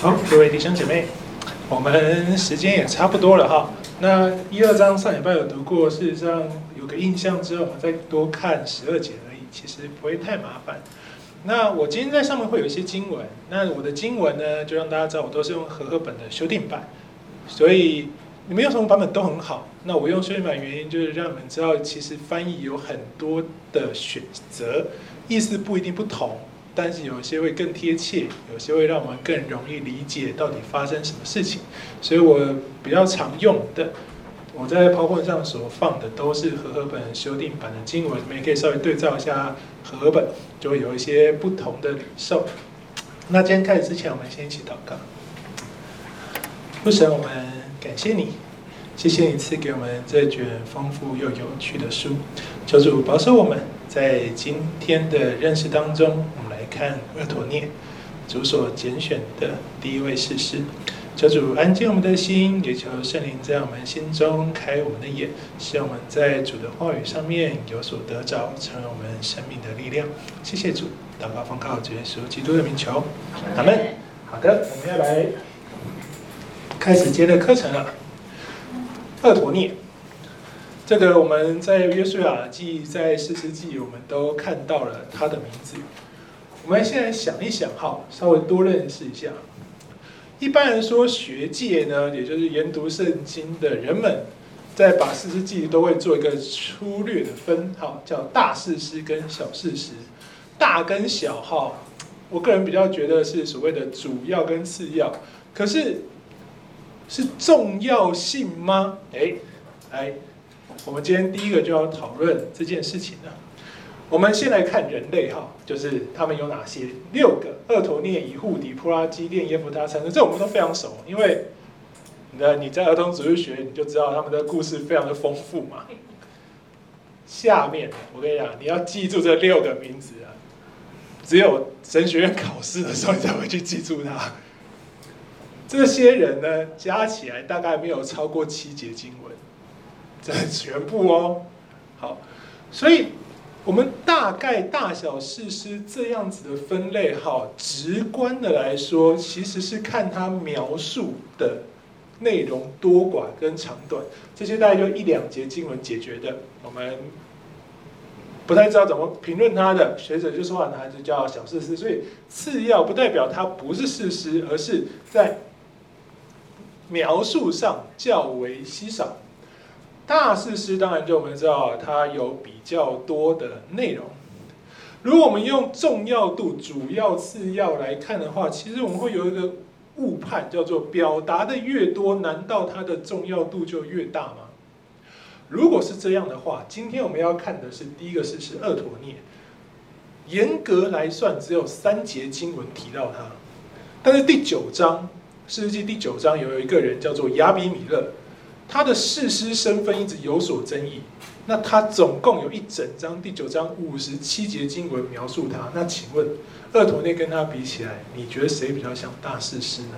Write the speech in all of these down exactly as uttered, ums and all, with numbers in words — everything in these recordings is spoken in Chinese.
好，各位弟兄姐妹，我们时间也差不多了哈。那一二章上礼拜有读过，事实上有个印象之后，我们再多看十二节而已，其实不会太麻烦。那我今天在上面会有一些经文，那我的经文呢，就让大家知道我都是用和合本的修订版，所以你们用什么版本都很好。那我用修订版原因就是让你们知道，其实翻译有很多的选择，意思不一定不同。但是有些会更贴切，有些会让我们更容易理解到底发生什么事情，所以我比较常用的，我在 PowerPoint 上所放的都是和合本修订版的经文，你们也可以稍微对照一下和合本，就会有一些不同的领受。那今天开始之前，我们先一起祷告。父神，我们感谢你，谢谢你赐给我们这卷丰富又有趣的书，求主保守我们在今天的认识当中，我们来看厄陀聶，主所拣选的第一位士师。求主安静我们的心，也求圣灵在我们心中开我们的眼，使我们在主的话语上面有所得着，成为我们生命的力量。谢谢主，祷告奉靠主耶稣基督的名求，阿们。好的，我们要来开始今天的课程了。厄陀聶。这个我们在约书亚记、在士师记，我们都看到了他的名字。我们现在想一想哈，稍微多认识一下。一般人说学界呢，也就是研读圣经的人们，在把士师记都会做一个粗略的分，哈，叫大士师跟小士师。大跟小哈，我个人比较觉得是所谓的主要跟次要，可是是重要性吗？哎，来。我们今天第一个就要讨论这件事情了。我们先来看人类哈，就是他们有哪些？六个：厄陀聶、以户底、普拉、基甸、耶弗他、参孙，这我们都非常熟，因为你在儿童主日学你就知道他们的故事非常的丰富嘛。下面我跟你讲，你要记住这六个名字啊，只有神学院考试的时候你才会去记住它。这些人呢，加起来大概没有超过七节经文。这全部哦，好，所以我们大概大小士师这样子的分类，哈，直观的来说，其实是看它描述的内容多寡跟长短，这些大概就一两节经文解决的。我们不太知道怎么评论它的学者就说啊，它就叫小士师，所以次要不代表它不是士师，而是在描述上较为稀少。大士师当然就我们知道，它有比较多的内容。如果我们用重要度、主要、次要来看的话，其实我们会有一个误判，叫做表达的越多，难道它的重要度就越大吗？如果是这样的话，今天我们要看的是第一个士师厄陀聶。严格来算，只有三节经文提到他，但是第九章，士师记第九章有一个人叫做亚比米勒。他的士师身份一直有所争议，那他总共有一整章第九章五十七节经文描述他。那请问厄陀聶跟他比起来，你觉得谁比较像大士师呢？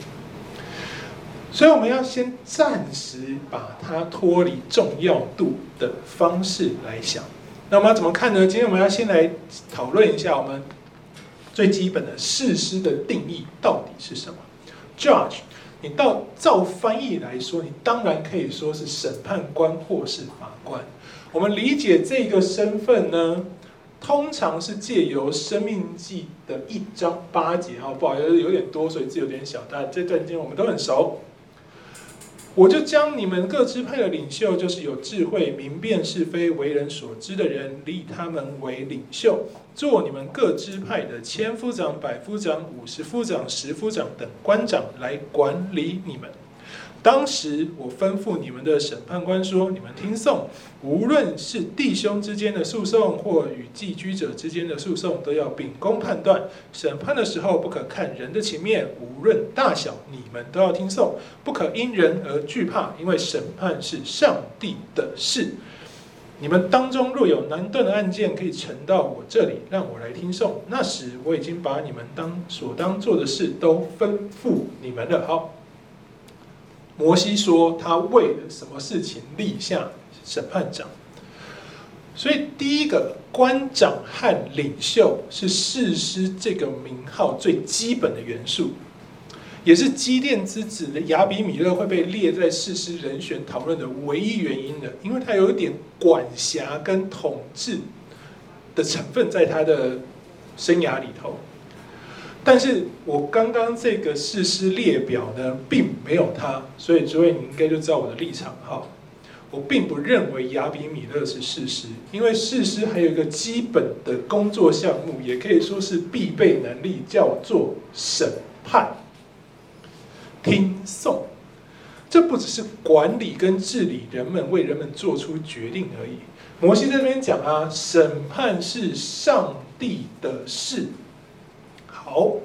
所以我们要先暂时把它脱离重要度的方式来想。那我们要怎么看呢？今天我们要先来讨论一下我们最基本的士师的定义到底是什么 ？Judge。你到照翻译来说，你当然可以说是审判官或是法官。我们理解这个身份呢，通常是借由《申命记》的一章八节，哈，不好意思，有点多，所以字有点小，但这段经我们都很熟。我就将你们各支派的领袖，就是有智慧、明辨是非、为人所知的人，立他们为领袖，做你们各支派的千夫长、百夫长、五十夫长、十夫长等官长来管理你们。当时我吩咐你们的审判官说：你们听讼，无论是弟兄之间的诉讼，或与寄居者之间的诉讼，都要秉公判断。审判的时候，不可看人的情面，无论大小，你们都要听讼，不可因人而惧怕，因为审判是上帝的事。你们当中若有难断的案件，可以呈到我这里，让我来听讼。那时我已经把你们当所当做的事都吩咐你们了。好。摩西说他为了什么事情立下审判长，所以第一个官长和领袖是士师这个名号最基本的元素。 也是基甸之子的亚比米勒会被列在士师人选讨论的唯一原因的，因为他有一点管辖跟统治的成分在他的生涯里头。但是我刚刚这个士师列表呢，并没有他，所以诸位你应该就知道我的立场哈。我并不认为亚比米勒是士师，因为士师还有一个基本的工作项目，也可以说是必备能力，叫做审判、听讼。这不只是管理跟治理人们，为人们做出决定而已。摩西这边讲啊，审判是上帝的事。好，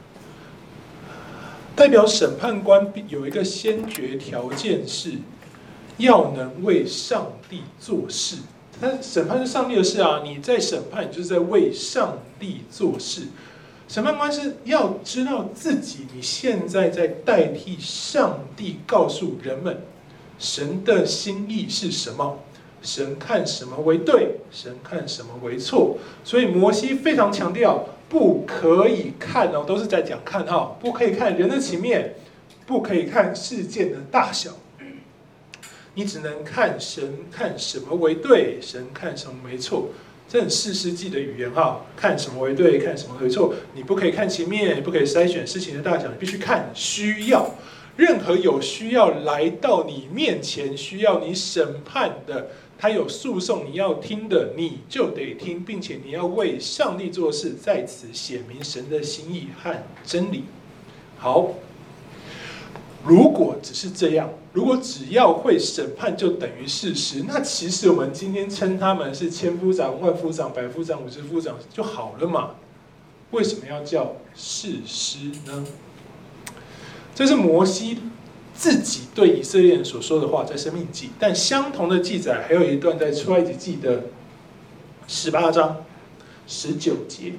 代表审判官有一个先决条件是，要能为上帝做事。他审判是上帝的事啊，你在审判，你就是在为上帝做事。审判官是要知道自己，你现在在代替上帝告诉人们，神的心意是什么，神看什么为对，神看什么为错。所以摩西非常强调，不可以看哦，都是在讲看哈，不可以看人的情面，不可以看事件的大小，你只能看神看什么为对，神看什么为错。这很士师记的语言哈，看什么为对，看什么为错，你不可以看情面，也不可以筛选事情的大小，你必须看需要。任何有需要来到你面前，需要你审判的，他有诉讼你要听的，你就得听，并且你要为上帝做事，在此写明神的心意和真理。好，如果只是这样，如果只要会审判就等于士师，那其实我们今天称他们是千夫长、万夫长、百夫长、五十夫长就好了嘛？为什么要叫士师呢？这是摩西自己对以色列人所说的话，在申命记。但相同的记载还有一段在出埃及记的十八章十九节。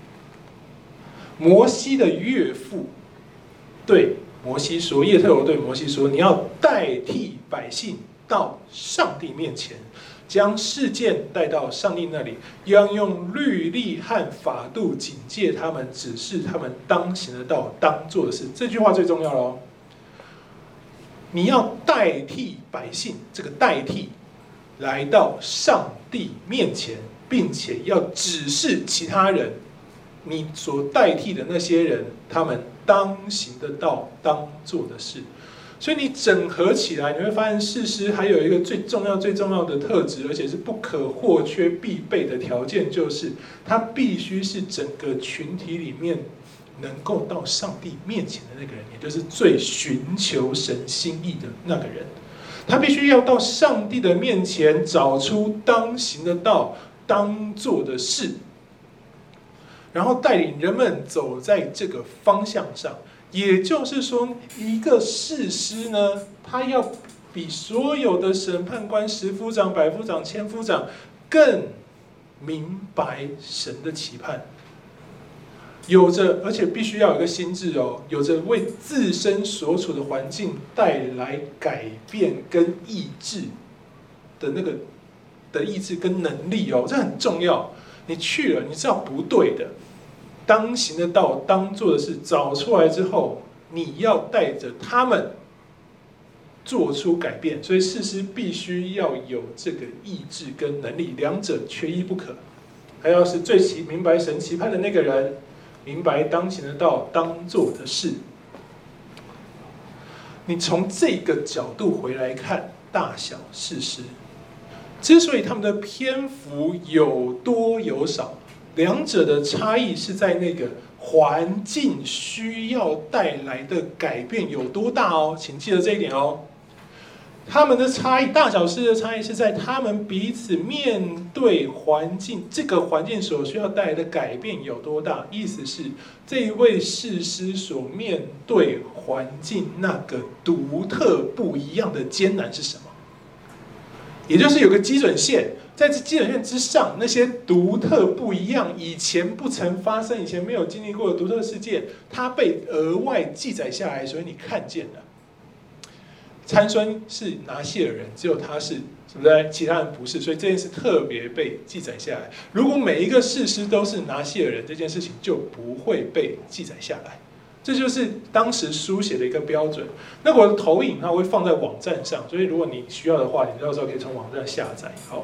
摩西的岳父对摩西说，叶特罗对摩西说，你要代替百姓到上帝面前，将事件带到上帝那里，要用律例和法度警戒他们，指示他们当行的道，当做的事。这句话最重要了哦。你要代替百姓，这个代替来到上帝面前，并且要指示其他人，你所代替的那些人，他们当行的道，当做的事。所以你整合起来，你会发现士师还有一个最重要、最重要的特质，而且是不可或缺、必备的条件，就是他必须是整个群体里面能够到上帝面前的那个人，也就是最寻求神心意的那个人。他必须要到上帝的面前，找出当行的道、当做的事，然后带领人们走在这个方向上。也就是说，一个士师呢，他要比所有的审判官、十夫长、百夫长、千夫长更明白神的期盼，有着，而且必须要有一个心智哦，有着为自身所处的环境带来改变跟意志的那个的意志跟能力哦，这很重要。你去了，你知道不对的。当行的道，当做的事找出来之后，你要带着他们做出改变。所以士师必须要有这个意志跟能力，两者缺一不可。还要是最明白神期盼的那个人，明白当行的道，当做的事。你从这个角度回来看大小士师，之所以他们的篇幅有多有少，两者的差异是在那个环境需要带来的改变有多大哦，请记得这一点哦。他们的差异，大小士的差异是在他们彼此面对环境，这个环境所需要带来的改变有多大。意思是，这一位士师所面对环境那个独特不一样的艰难是什么？也就是有个基准线。在这基本线之上，那些独特不一样、以前不曾发生、以前没有经历过的独特事件，它被额外记载下来，所以你看见了。参孙是拿细尔人，只有他是，对不对？其他人不是，所以这件事特别被记载下来。如果每一个士师都是拿细尔人，这件事情就不会被记载下来。 这就是当时书写的一个标准。那我的投影它会放在网站上，所以如果你需要的话，你到时候可以从网站下载。好，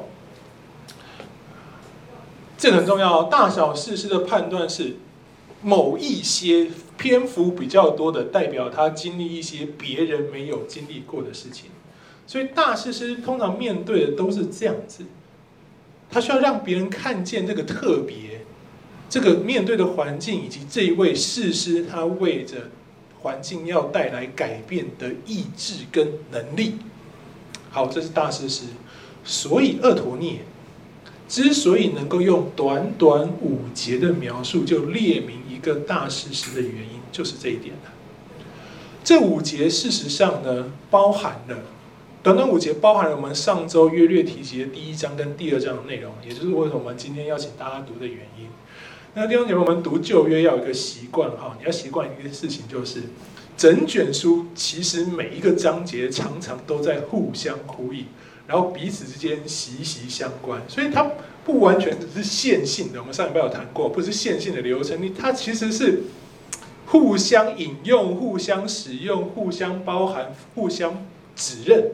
这个很重要哦。大小事诗的判断是某一些篇幅比较多的，代表他经历一些别人没有经历过的事情。所以大事诗通常面对的都是这样子，他需要让别人看见这个特别。这个面对的环境，以及这一位士师，他为着环境要带来改变的意志跟能力。好，这是大士师。所以厄陀聂之所以能够用短短五节的描述就列明一个大士师的原因，就是这一点了。这五节事实上呢，包含了短短五节，包含了我们上周约略提及的第一章跟第二章的内容，也就是为什么我们今天要请大家读的原因。那弟兄姐妹，我们读旧约要有一个习惯哈，你要习惯一件事情，就是整卷书其实每一个章节常常都在互相呼应，然后彼此之间息息相关，所以它不完全只是线性的。我们上礼拜有谈过，不是线性的流程，它其实是互相引用、互相使用、互相包含、互相指认。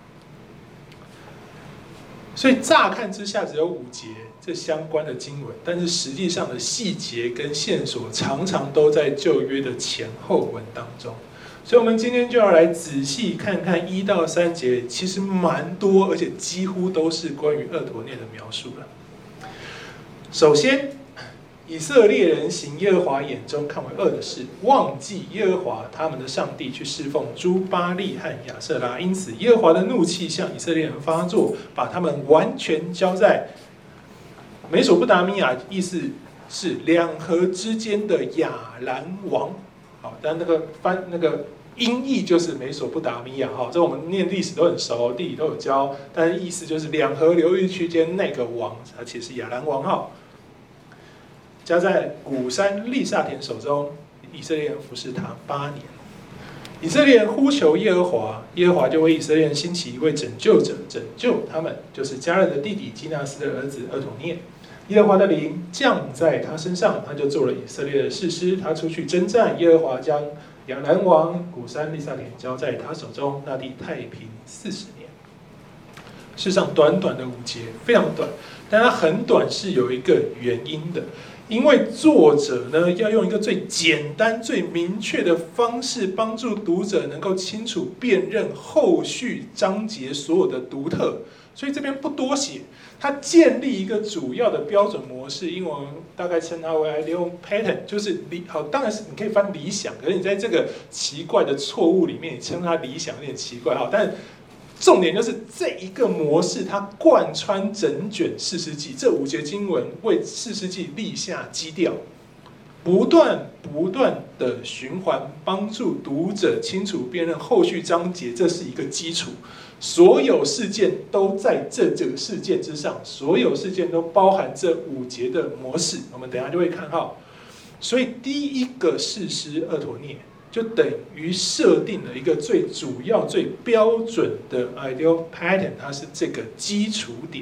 所以乍看之下只有五节这相关的经文，但是实际上的细节跟线索常常都在旧约的前后文当中。所以我们今天就要来仔细看看一到三节，其实蛮多，而且几乎都是关于厄陀聂的描述了。首先，以色列人行耶和华眼中看为恶的事，忘记耶和华他们的上帝，去侍奉诸巴力和亚舍拉，因此耶和华的怒气向以色列人发作，把他们完全交在美索不达米亚，意思是两河之间的亚兰王。好，但那个翻那个音译就是美索不达米亚。好，这我们念历史都很熟，地理都有教，但是意思就是两河流域区间那个王，而且是亚兰王号。加在古山利萨田手中，以色列人服侍他八年。以色列人呼求耶和华，耶和华就为以色列人兴起一位拯救者，拯救他们，就是迦勒的弟弟基纳斯的儿子厄陀聂。耶和华的灵降在他身上，他就做了以色列的士师。他出去征战，耶和华将亚兰王古山利萨田交在他手中，那地太平四十年。事实上，短短的五节非常短，但它很短是有一个原因的。因为作者呢，要用一个最简单、最明确的方式，帮助读者能够清楚辨认后续章节所有的独特，所以这边不多写。它建立一个主要的标准模式，英文大概称它为 ideal pattern， 就是理好，当然是你可以翻理想，可是你在这个奇怪的错误里面，你称它理想有点奇怪哈，但重点就是这一个模式，它贯穿整卷士师记，这五节经文为士师记立下基调，不断不断的循环，帮助读者清楚辨认后续章节，这是一个基础。所有事件都在这这个事件之上，所有事件都包含这五节的模式，我们等一下就会看到。所以第一个士师厄陀聂，就等于设定了一个最主要、最标准的 ideal pattern， 它是这个基础点。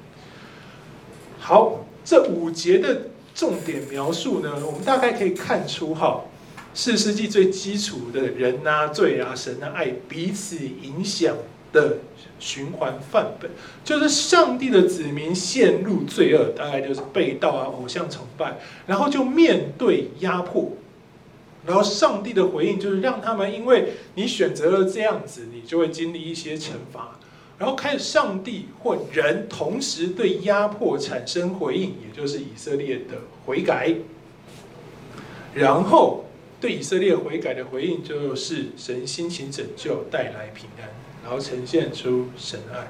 好，这五节的重点描述呢，我们大概可以看出哈，士师记最基础的人啊、罪啊、神啊、爱彼此影响的循环范本，就是上帝的子民陷入罪恶，大概就是背道啊、偶像崇拜，然后就面对压迫。然后上帝的回应就是让他们，因为你选择了这样子，你就会经历一些惩罚。然后开始上帝或人同时对压迫产生回应，也就是以色列的悔改。然后对以色列悔改的回应就是神兴起拯救，带来平安，然后呈现出神爱。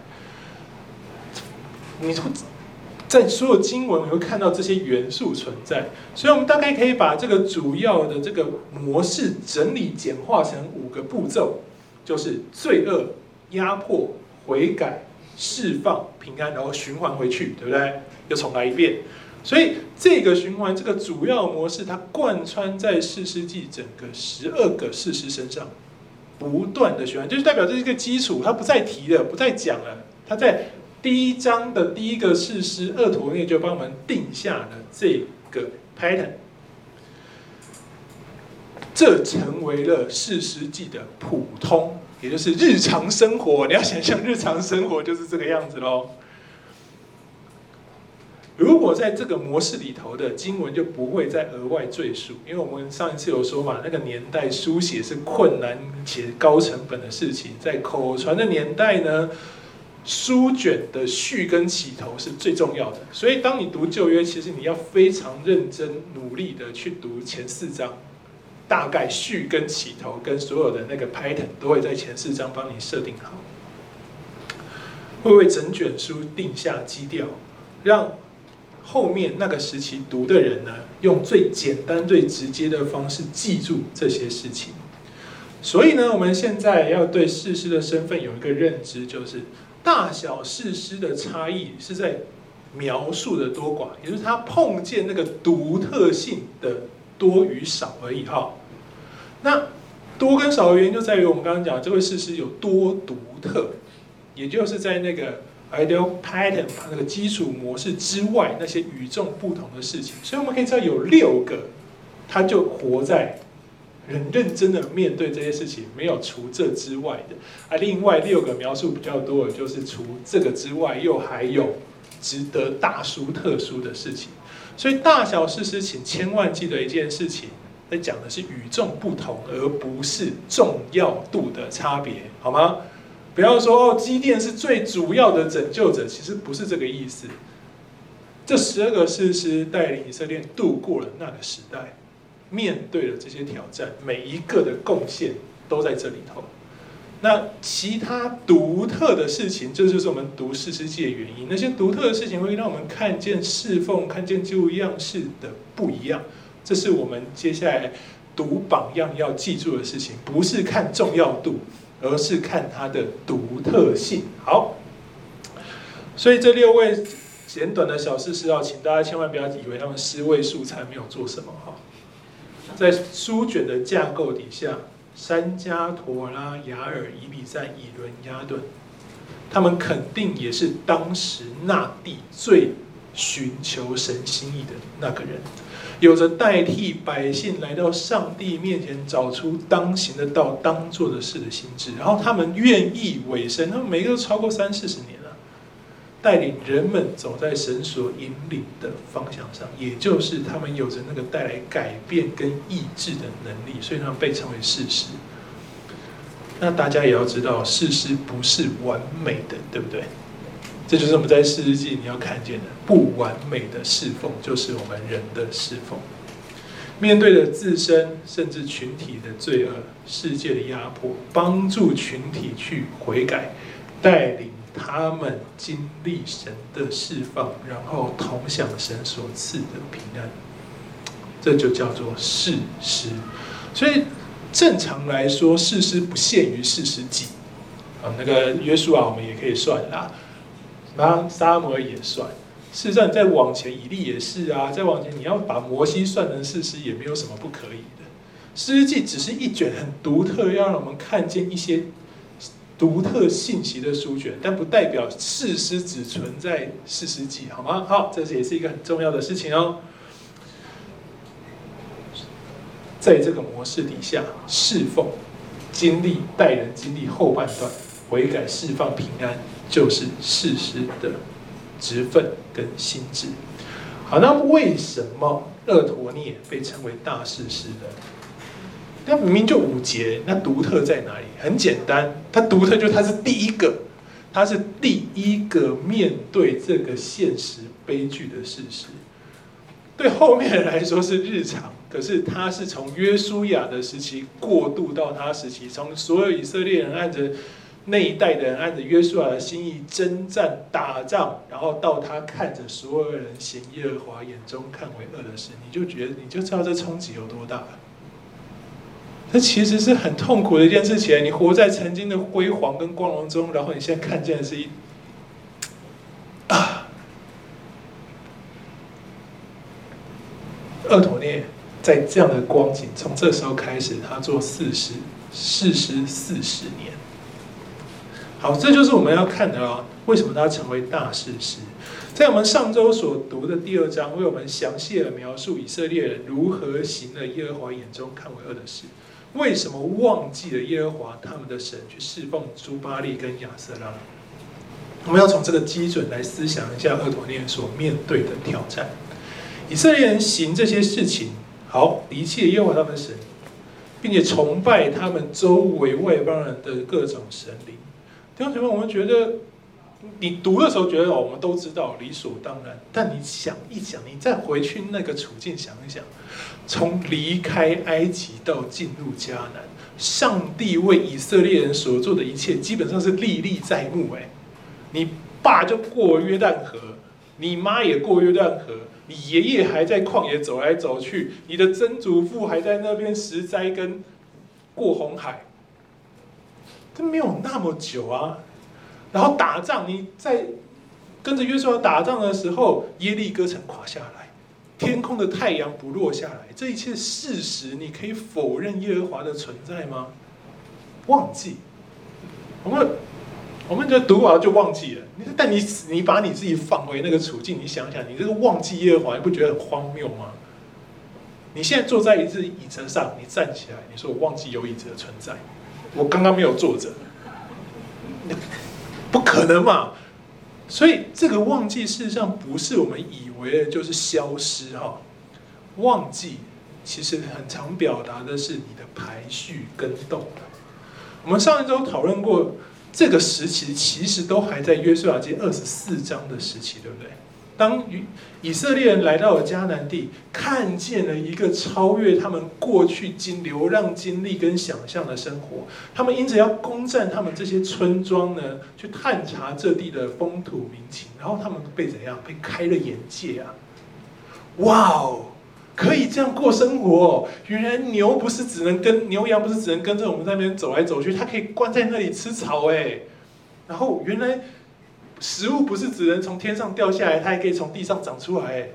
你在所有经文，你会看到这些元素存在，所以我们大概可以把这个主要的这个模式整理简化成五个步骤，就是罪恶、压迫、悔改、释放、平安，然后循环回去，对不对？又重来一遍。所以这个循环，这个主要模式，它贯穿在士师记整个十二个士师身上，不断的循环，就是代表这是一个基础，它不再提了，不再讲了，它在第一章的第一个士师厄陀聂就帮我们定下了这个 pattern。 这成为了士师记的普通，也就是日常生活。你要想象日常生活就是这个样子咯。如果在这个模式里头的经文就不会再额外赘述，因为我们上一次有说嘛，那个年代书写是困难且高成本的事情，在口传的年代呢，书卷的序跟起头是最重要的。所以当你读旧约，其实你要非常认真努力的去读前四章，大概序跟起头跟所有的那个 pattern 都会在前四章帮你设定好，会为整卷书定下基调，让后面那个时期读的人呢，用最简单、最直接的方式记住这些事情。所以呢，我们现在要对士师的身份有一个认知，就是大小士师的差异是在描述的多寡，也就是他碰见那个独特性的多与少而已哈。那多跟少的原因就在于我们刚刚讲，这位士师有多独特，也就是在那个ideal pattern 那个基础模式之外，那些与众不同的事情。所以我们可以知道有六个，他就活在很认真的面对这些事情，没有除这之外的。啊，另外六个描述比较多的，就是除这个之外，又还有值得大书特书的事情。所以大小士师，请千万记得一件事情，在讲的是与众不同，而不是重要度的差别，好吗？不要说哦，基甸是最主要的拯救者，其实不是这个意思。这十二个士师带领以色列度过了那个时代，面对了这些挑战，每一个的贡献都在这里头。那其他独特的事情，这就是我们读士师记的原因。那些独特的事情会让我们看见侍奉、看见旧样式的不一样。这是我们接下来读榜样要记住的事情，不是看重要度，而是看它的独特性。好，所以这六位简短的小士师啊，请大家千万不要以为他们尸位素餐，没有做什么哈。在书卷的架构底下，珊迦、陀拉、雅尔、以比赞、以伦、亚顿，他们肯定也是当时那地最寻求神心意的那个人，有着代替百姓来到上帝面前找出当行的道、当做的事的心智。然后他们愿意委身，他们每个都超过三四十年了，带领人们走在神所引领的方向上，也就是他们有着那个带来改变跟意志的能力，所以他们被称为士师。那大家也要知道，士师不是完美的，对不对？这就是我们在士师记你要看见的，不完美的侍奉就是我们人的侍奉。面对着自身甚至群体的罪恶、世界的压迫，帮助群体去悔改，带领他们经历神的释放，然后同享神所赐的平安，这就叫做士师。所以正常来说，士师不限于士师记啊，那个约书亚我们也可以算啦。然后撒母耳也算，事实上你再往前，以利也是啊，再往前你要把摩西算成士师，也没有什么不可以的。士师记只是一卷很独特，要让我们看见一些独特信息的书卷，但不代表士师只存在士师记，好吗？好，这也是一个很重要的事情哦。在这个模式底下，侍奉、经历、带人经历后半段，悔改、释放、平安。就是士师的职分跟心智。好，那为什么厄陀聶被称为大士师呢？那明明就五节，那独特在哪里？很简单，他独特就是他是第一个，他是第一个面对这个现实悲剧的士师。对后面人来说是日常，可是他是从约书亚的时期过渡到他时期，从所有以色列人按着那一代的人按着约书亚的心意征战打仗，然后到他看着所有人行耶和华眼中看为恶的事，你就觉得你就知道这冲击有多大了。这其实是很痛苦的一件事情，你活在曾经的辉煌跟光荣中，然后你现在看见的是一啊，厄陀聶在这样的光景，从这时候开始，他做四十士师四十年。 好，这就是我们要看的啊，为什么他成为大士师？在我们上周所读的第二章，为我们详细的描述以色列人如何行了耶和华眼中看为恶的事，为什么忘记了耶和华他们的神，去侍奉朱巴利跟亚瑟拉。我们要从这个基准来思想一下俄陀聶所面对的挑战。以色列人行这些事情，好，离弃了耶和华他们的神，并且崇拜他们周围外邦人的各种神灵。弟兄姐妹，我们觉得你读的时候觉得哦，我们都知道理所当然，但你想一想，你再回去那个处境想一想，从离开埃及到进入迦南，上帝为以色列人所做的一切，基本上是历历在目。哎，你爸就过约旦河，你妈也过约旦河，你爷爷还在旷野走来走去，你的曾祖父还在那边十灾跟过红海，这没有那么久啊。然后打仗，你在跟着约书亚打仗的时候，耶利哥城垮下来，天空的太阳不落下来，这一切事实，你可以否认耶和华的存在吗？忘记，我们我们就读完就忘记了。但你你把你自己放回那个处境，你想想，你这个忘记耶和华，你不觉得很荒谬吗？你现在坐在一只椅子上，你站起来，你说我忘记有椅子的存在，我刚刚没有坐着。不可能嘛！所以这个忘记事实上不是我们以为的就是消失哈。忘记其实很常表达的是你的排序跟动。我们上一周讨论过，这个时期其实都还在约书亚记二十四章的时期，对不对？当以色列人来到了迦南地，看见了一个超越他们过去经流浪经历跟想象的生活，他们因此要攻占他们这些村庄呢，去探查这地的风土民情，然后他们被怎样？被开了眼界啊！哇哦，可以这样过生活哦！原来牛不是只能跟牛羊不是只能跟着我们在那边走来走去，它可以关在那里吃草哎。然后原来食物不是只能从天上掉下来，它还可以从地上长出来。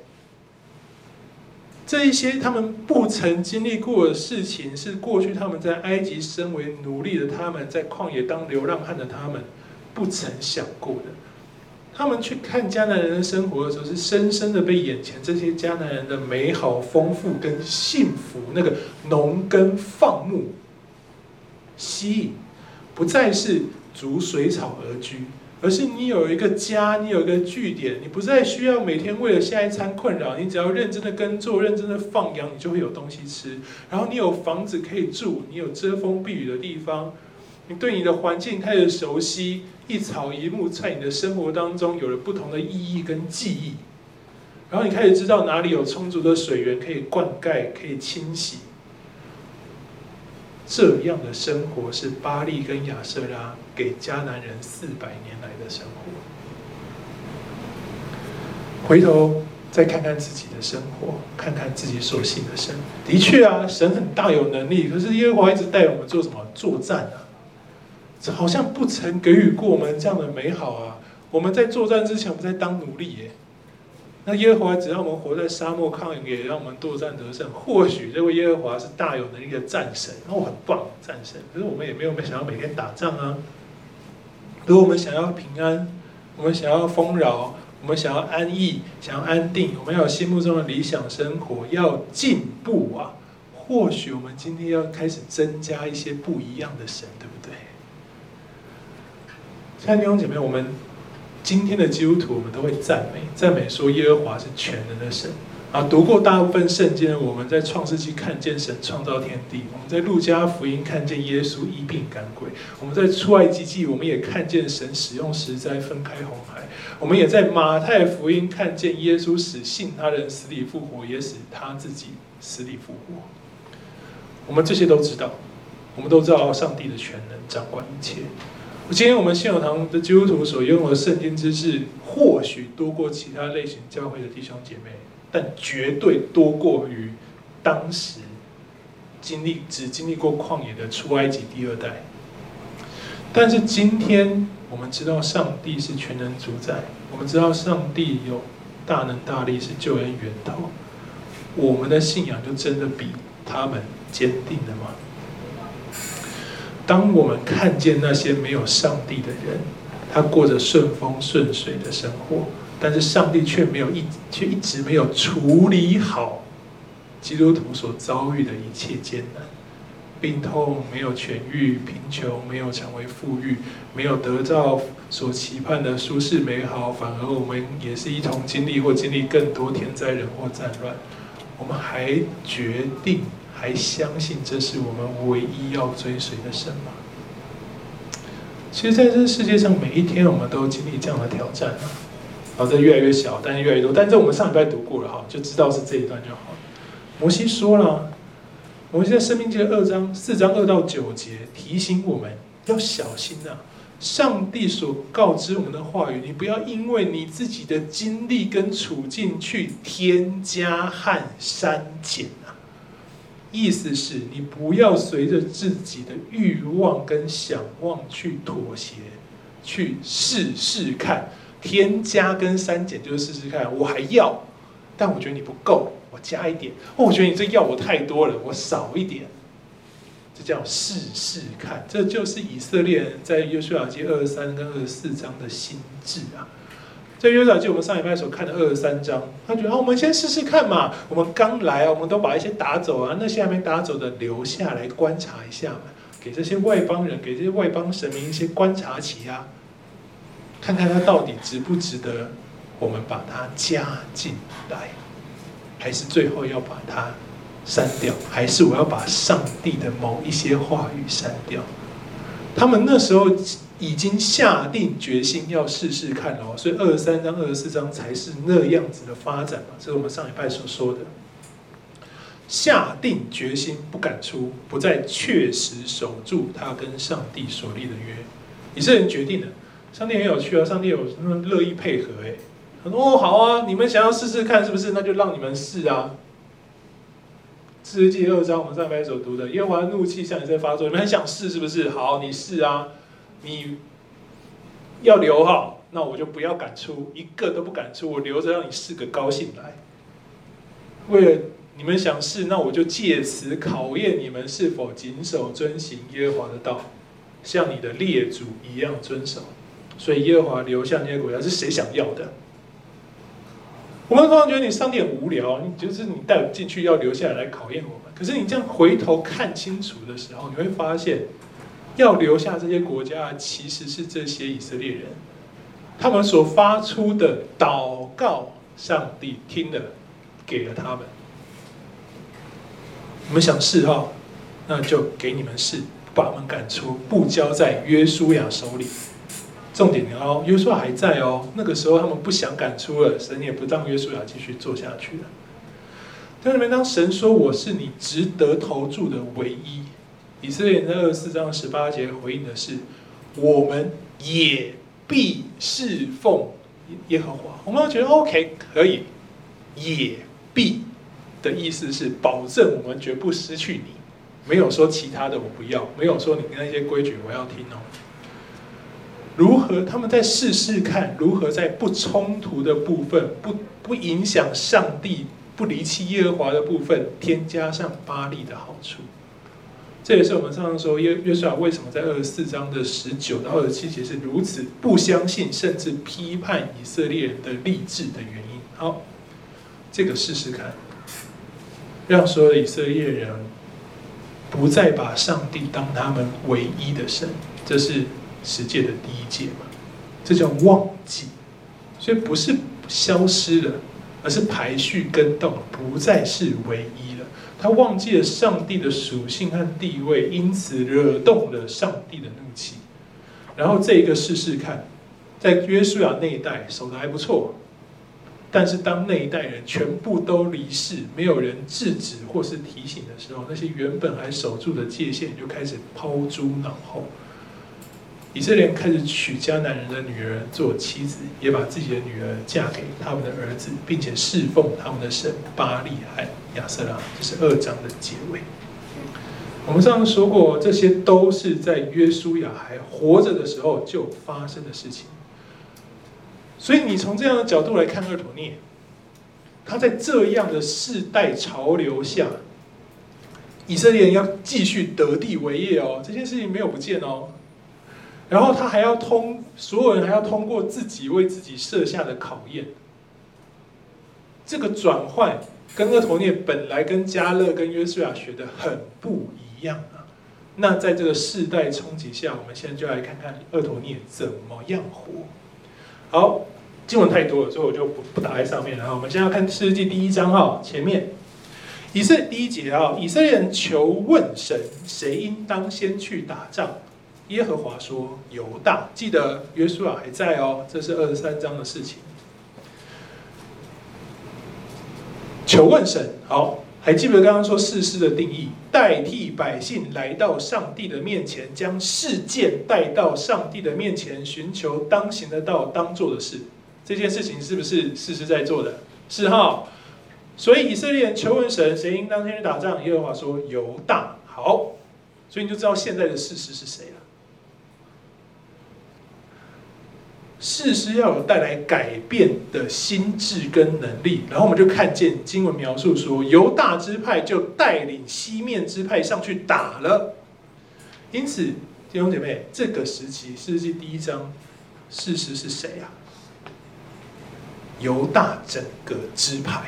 这一些他们不曾经历过的事情，是过去他们在埃及身为奴隶的他们，在旷野当流浪汉的他们不曾想过的。他们去看迦南人的生活的时候，是深深的被眼前这些迦南人的美好、丰富跟幸福，那个农耕放牧吸引，不再是逐水草而居。而是你有一个家，你有一个据点，你不再需要每天为了下一餐困扰，你只要认真的耕作，认真的放羊，你就会有东西吃。然后你有房子可以住，你有遮风避雨的地方，你对你的环境开始熟悉，一草一木在你的生活当中有了不同的意义跟记忆。然后你开始知道哪里有充足的水源可以灌溉，可以清洗。这样的生活是巴利跟亚舍拉给迦南人四百年来的生活。回头再看看自己的生活，看看自己所信的神。的确啊，神很大有能力，可是耶和华一直带我们做什么？作战啊！这好像不曾给予过我们这样的美好啊！我们在作战之前，我们在当奴隶耶。那耶和华只让我们活在沙漠旷野，让我们作战得胜。或许这位耶和华是大有能力的战神，然后很棒战神。可是我们也没有想要每天打仗啊。如果我们想要平安，我们想要丰饶，我们想要安逸，想要安定，我们要有心目中的理想生活，要进步啊！或许我们今天要开始增加一些不一样的神，对不对？亲爱的弟兄姐妹，我们今天的基督徒，我们都会赞美，赞美说耶和华是全能的神啊！读过大部分圣经的我们，在创世纪看见神创造天地；我们在路加福音看见耶稣医病赶鬼；我们在出埃及记，我们也看见神使用石灾分开红海；我们也在马太福音看见耶稣使信他人死里复活，也使他自己死里复活。我们这些都知道，我们都知道上帝的全能掌管一切。今天我们信友堂的基督徒所拥有的圣经知识，或许多过其他类型教会的弟兄姐妹，但绝对多过于当时经历只经历过旷野的出埃及第二代。但是今天我们知道上帝是全能主宰，我们知道上帝有大能大力，是救恩源头，我们的信仰就真的比他们坚定了吗？ 当我们看见那些没有上帝的人，他过着顺风顺水的生活，但是上帝却没有一却一直没有处理好基督徒所遭遇的一切艰难。病痛没有痊愈，贫穷没有成为富裕，没有得到所期盼的舒适美好，反而我们也是一同经历或经历更多天灾人祸战乱。我们还决定，还相信这是我们唯一要追随的神吗？其实，在这世界上，每一天我们都经历这样的挑战啊。然后这越来越小，但是越来越多。但是我们上礼拜读过了哈，就知道是这一段就好了。摩西说了。摩西在申命记二章四章二到九节提醒我们要小心啊！上帝所告知我们的话语，你不要因为你自己的经历跟处境去添加和删减啊。意思是你不要随着自己的欲望跟想望去妥协，去试试看。添加跟删减就是试试看，我还要，但我觉得你不够。我加一点，哦，我觉得你这要我太多了，我少一点，这叫试试看。这就是以色列人在约书亚记二十三跟二十四章的心智啊。在约书亚记我们上礼拜所看的二十三章，他觉得啊，我们先试试看嘛，我们刚来啊，我们都把一些打走啊，那些还没打走的留下来观察一下嘛，给这些外邦人，给这些外邦神明一些观察期啊，看看他到底值不值得我们把它加进来。还是最后要把它删掉？还是我要把上帝的某一些话语删掉？他们那时候已经下定决心要试试看了，所以二十三章、二十四章才是那样子的发展嘛。这是我们上礼拜所说的。下定决心不敢出，不再确实守住他跟上帝所立的约。以色列人决定了，上帝很有趣啊，上帝有那么乐意配合哎、欸。他说：“哦，好啊，你们想要试试看是不是？那就让你们试啊。”四世纪二章我们上礼拜所读的，耶和华怒气向以色列发作，你们很想试是不是？好，你试啊，你要留好，那我就不要赶出，一个都不赶出，我留着让你试个高兴来。为了你们想试，那我就借此考验你们是否谨守遵行耶和华的道，像你的列祖一样遵守。所以耶和华留下那些国家是谁想要的？我们通常觉得你上帝很无聊，你就是你带我进去要留下来来考验我们。可是你这样回头看清楚的时候，你会发现，要留下这些国家，其实是这些以色列人，他们所发出的祷告，上帝听了，给了他们。你们想试哈，那就给你们试，把他们赶出，不交在约书亚手里。重点哦，约书亚还在哦。那个时候他们不想赶出了，神也不让约书亚继续做下去了。在那边，当神说我是你值得投注的唯一，以色列人在二十四章十八节回应的是：我们也必侍奉耶和华。我们都觉得 OK 可以，也必的意思是保证我们绝不失去你，没有说其他的我不要，没有说你那些规矩我要听哦。如何他们在试试看，如何在不冲突的部分，不不影响上帝、不离弃耶和华的部分，添加上巴力的好处。这也是我们上次说约约书亚为什么在二十四章的十九到二十七节是如此不相信，甚至批判以色列人的立志的原因。好，这个试试看，让所有的以色列人不再把上帝当他们唯一的神，这是十诫的第一诫嘛，这叫忘记，所以不是消失了，而是排序更动，不再是唯一了。他忘记了上帝的属性和地位，因此惹动了上帝的怒气。然后这一个试试看，在约书亚那一代守得还不错，但是当那一代人全部都离世，没有人制止或是提醒的时候，那些原本还守住的界限就开始抛诸脑后。以色列人开始娶迦南人的女儿做妻子，也把自己的女儿嫁给他们的儿子，并且侍奉他们的神巴力和亚瑟拉。这是二章的结尾。我们上次说过，这些都是在约书亚还活着的时候就发生的事情。所以你从这样的角度来看俄陀聶，他在这样的世代潮流下， 以色列人要继续得地为业哦，这件事情没有不见哦。然后他还要通，所有人还要通过自己为自己设下的考验。这个转换跟俄陀聶本来跟迦勒跟约书亚学的很不一样啊。那在这个世代冲击下，我们现在就来看看俄陀聶怎么样活。好，经文太多了，所以我就不不打在上面了。我们现在要看士师记第一章哈，前面以色第一节啊，以色列人求问神，谁应当先去打仗？耶和华说：犹大。记得约书亚还在哦，这是二十三章的事情。求问神，好，还记不记得刚刚说士师的定义？代替百姓来到上帝的面前，将事件带到上帝的面前，寻求当行的道，当做的事。这件事情是不是士师在做的？是哈。所以以色列人求问神，谁应当先去打仗？耶和华说：犹大。好，所以你就知道现在的士师是谁了。士师要有带来改变的心智跟能力，然后我们就看见经文描述说，犹大支派就带领西面支派上去打了。因此，弟兄姐妹，这个时期士师记第一章，士师是谁啊？犹大整个支派。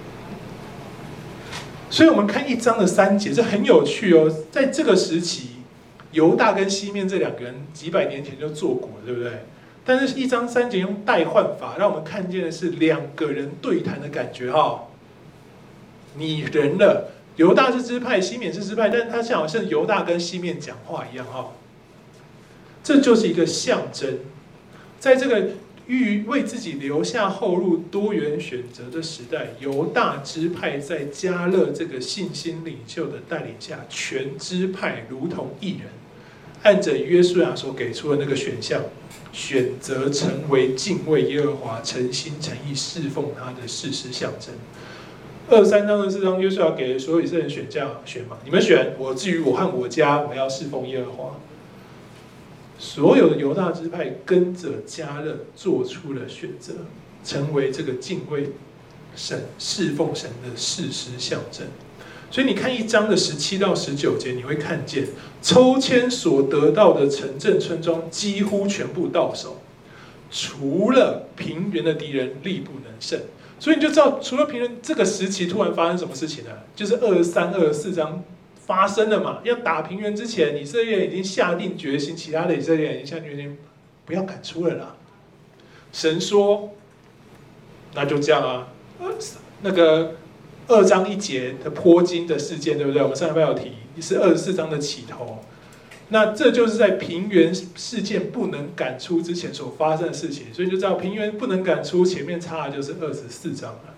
所以我们看一章的三节，这很有趣哦。在这个时期，犹大跟西面这两个人几百年前就做过，对不对？但是，一章三节用代换法，让我们看见的是两个人对谈的感觉哈。拟人了，犹大是支派，西面是支派，但是他像好像犹大跟西面讲话一样哈。这就是一个象征，在这个欲为自己留下后路、多元选择的时代，犹大支派在迦勒这个信心领袖的带领下，全支派如同一人，按着约书亚所给出的那个选项。选择成为敬畏耶和华、诚心诚意侍奉他的事实象征。二三章的四章，约书亚给所有以色列人选项选嘛，你们选，我至于我和我家，我要侍奉耶和华。所有的犹大支派跟着迦勒做出了选择，成为这个敬畏神、侍奉神的事实象征。所以你看一章的十七到十九节，你会看见抽签所得到的城镇村庄几乎全部到手，除了平原的敌人力不能胜。所以你就知道，除了平原这个时期突然发生什么事情呢？就是二十三、二十四章发生了嘛。要打平原之前，以色列人已经下定决心，其他的以色列人已经下定决心不要赶出了啦。神说，那就这样啊，那个。二章一节的坡金的事件，对不对？我们上礼拜有提，是二十四章的起头。那这就是在平原事件不能赶出之前所发生的事情，所以就知道平原不能赶出，前面差的就是二十四章了。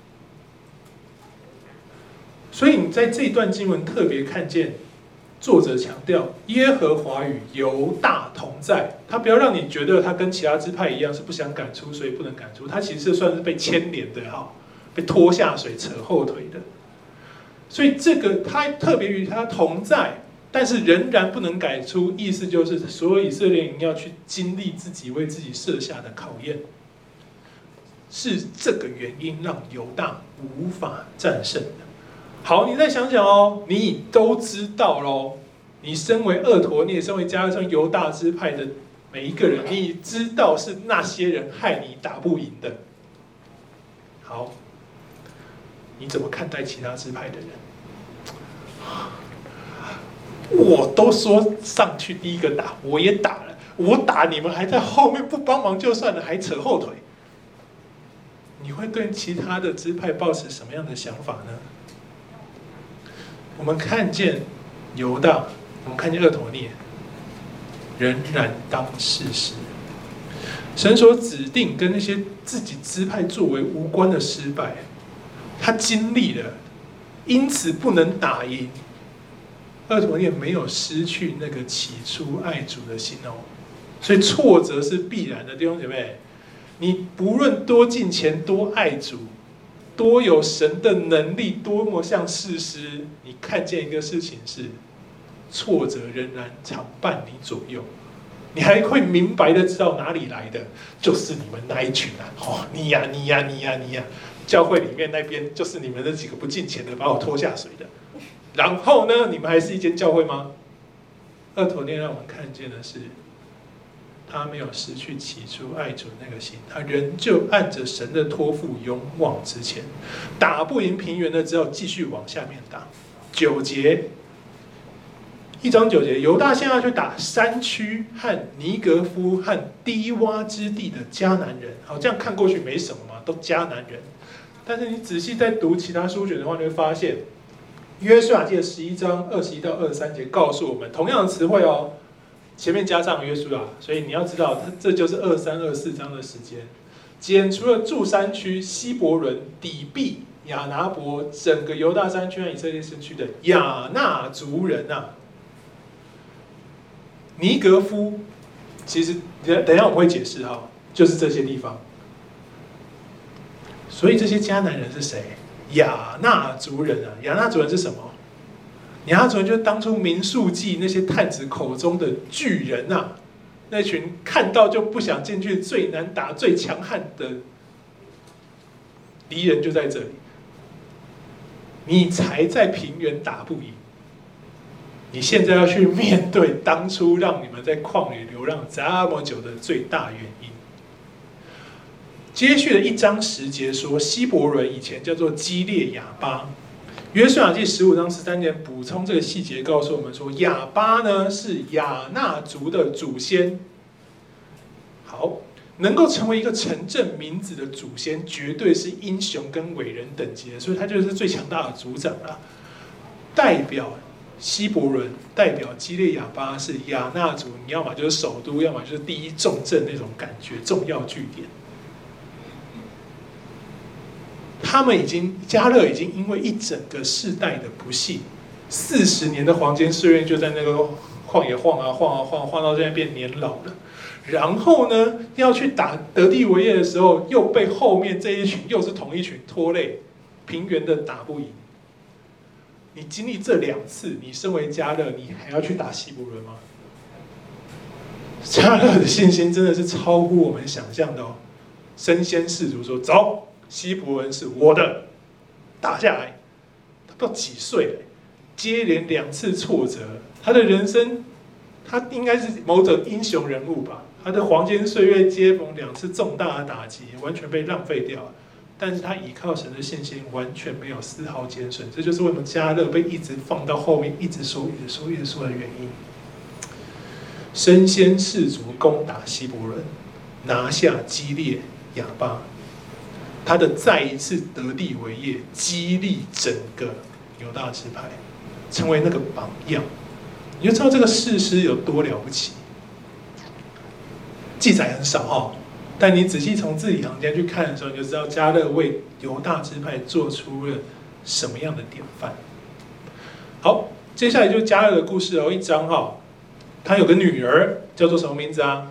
所以你在这段经文特别看见作者强调耶和华与犹大同在，他不要让你觉得他跟其他支派一样是不想赶出，所以不能赶出，他其实是算是被牵连的哈。被拖下水、扯后腿的，所以这个他特别与他同在，但是仍然不能改出，意思就是所有以色列人要去经历自己为自己设下的考验，是这个原因让犹大无法战胜的。好，你再想想哦，你都知道咯，你身为俄陀聶，身为加上犹大支派的每一个人，你知道是那些人害你打不赢的。好。你怎么看待其他支派的人？我都说上去第一个打，我也打了，我打你们还在后面不帮忙就算了，还扯后腿。你会对其他的支派抱持什么样的想法呢？我们看见犹大，我们看见俄陀聶，仍然当事实。神所指定跟那些自己支派作为无关的失败。他经历了，因此不能打赢。俄陀聶没有失去那个起初爱主的心哦，所以挫折是必然的，弟兄姐妹。你不论多敬虔、多爱主、多有神的能力，多么像士师，你看见一个事情是，挫折仍然常伴你左右。你还会明白的知道哪里来的，就是你们那一群啊！哦，你呀、啊，你呀、啊，你呀、啊，你呀、啊。教会里面那边就是你们那几个不敬虔的，把我拖下水的， 然后呢，你们还是一间教会吗？俄陀聶让我们看见的是，他没有失去起初爱主那个心，他仍旧按着神的托付勇往直前，打不赢平原的，只好继续往下面打。九节，一章九节，犹大现在去打山区和尼格夫和低洼之地的迦南人。好，这样看过去没什么嘛，都迦南人。但是你仔细再读其他书卷的话，你会发现，约书亚记的十一章二十一到二十三节告诉我们同样的词汇哦，前面加上约书亚，所以你要知道，这就是二三二四章的时间。剪除了住山区、希伯伦、底壁、亚拿伯，整个犹大山区和以色列山区的亚纳族人啊，尼格夫，其实等等一下我们会解释哈，就是这些地方。所以这些迦南人是谁？亚纳族人啊，亚纳族人是什么？亚纳族人就是当初民数记那些探子口中的巨人啊，那群看到就不想进去、最难打、最强悍的敌人就在这里。你才在平原打不赢，你现在要去面对当初让你们在旷野流浪这么久的最大原因。接续的一章十节说，希伯伦以前叫做基列亚巴。约书亚记十五章十三节补充这个细节，告诉我们说，亚巴呢是亚纳族的祖先。好，能够成为一个城镇名字的祖先，绝对是英雄跟伟人等级的，所以他就是最强大的族长啦。代表希伯伦，代表基列亚巴是亚纳族，你要么就是首都，要么就是第一重镇那种感觉，重要据点。他们已经，迦勒已经因为一整个世代的不幸，四十年的黄金岁月就在那个晃也晃啊晃啊晃，晃到现在变年老了。然后呢，要去打得地为业的时候，又被后面这一群又是同一群拖累，平原的打不赢。你经历这两次，你身为迦勒，你还要去打希伯伦吗？迦勒的信心真的是超乎我们想象的哦！身先士卒说：“走。”希伯伦是我的，打下来。他不知道几岁了，接连两次挫折，他的人生，他应该是某种英雄人物吧。他的黄金岁月接逢两次重大的打击，完全被浪费掉了。但是他倚靠神的信心完全没有丝毫减损，这就是为什么迦勒被一直放到后面，一直说、一直说、一直说的原因。身先士卒攻打希伯伦，拿下基列亚巴。他的再一次得地为业，激励整个犹大支派，成为那个榜样。你就知道这个士师有多了不起。记载很少哦，但你仔细从字里行间去看的时候，你就知道迦勒为犹大支派做出了什么样的典范。好，接下来就是迦勒的故事哦，一章哈，他有个女儿，叫做什么名字啊？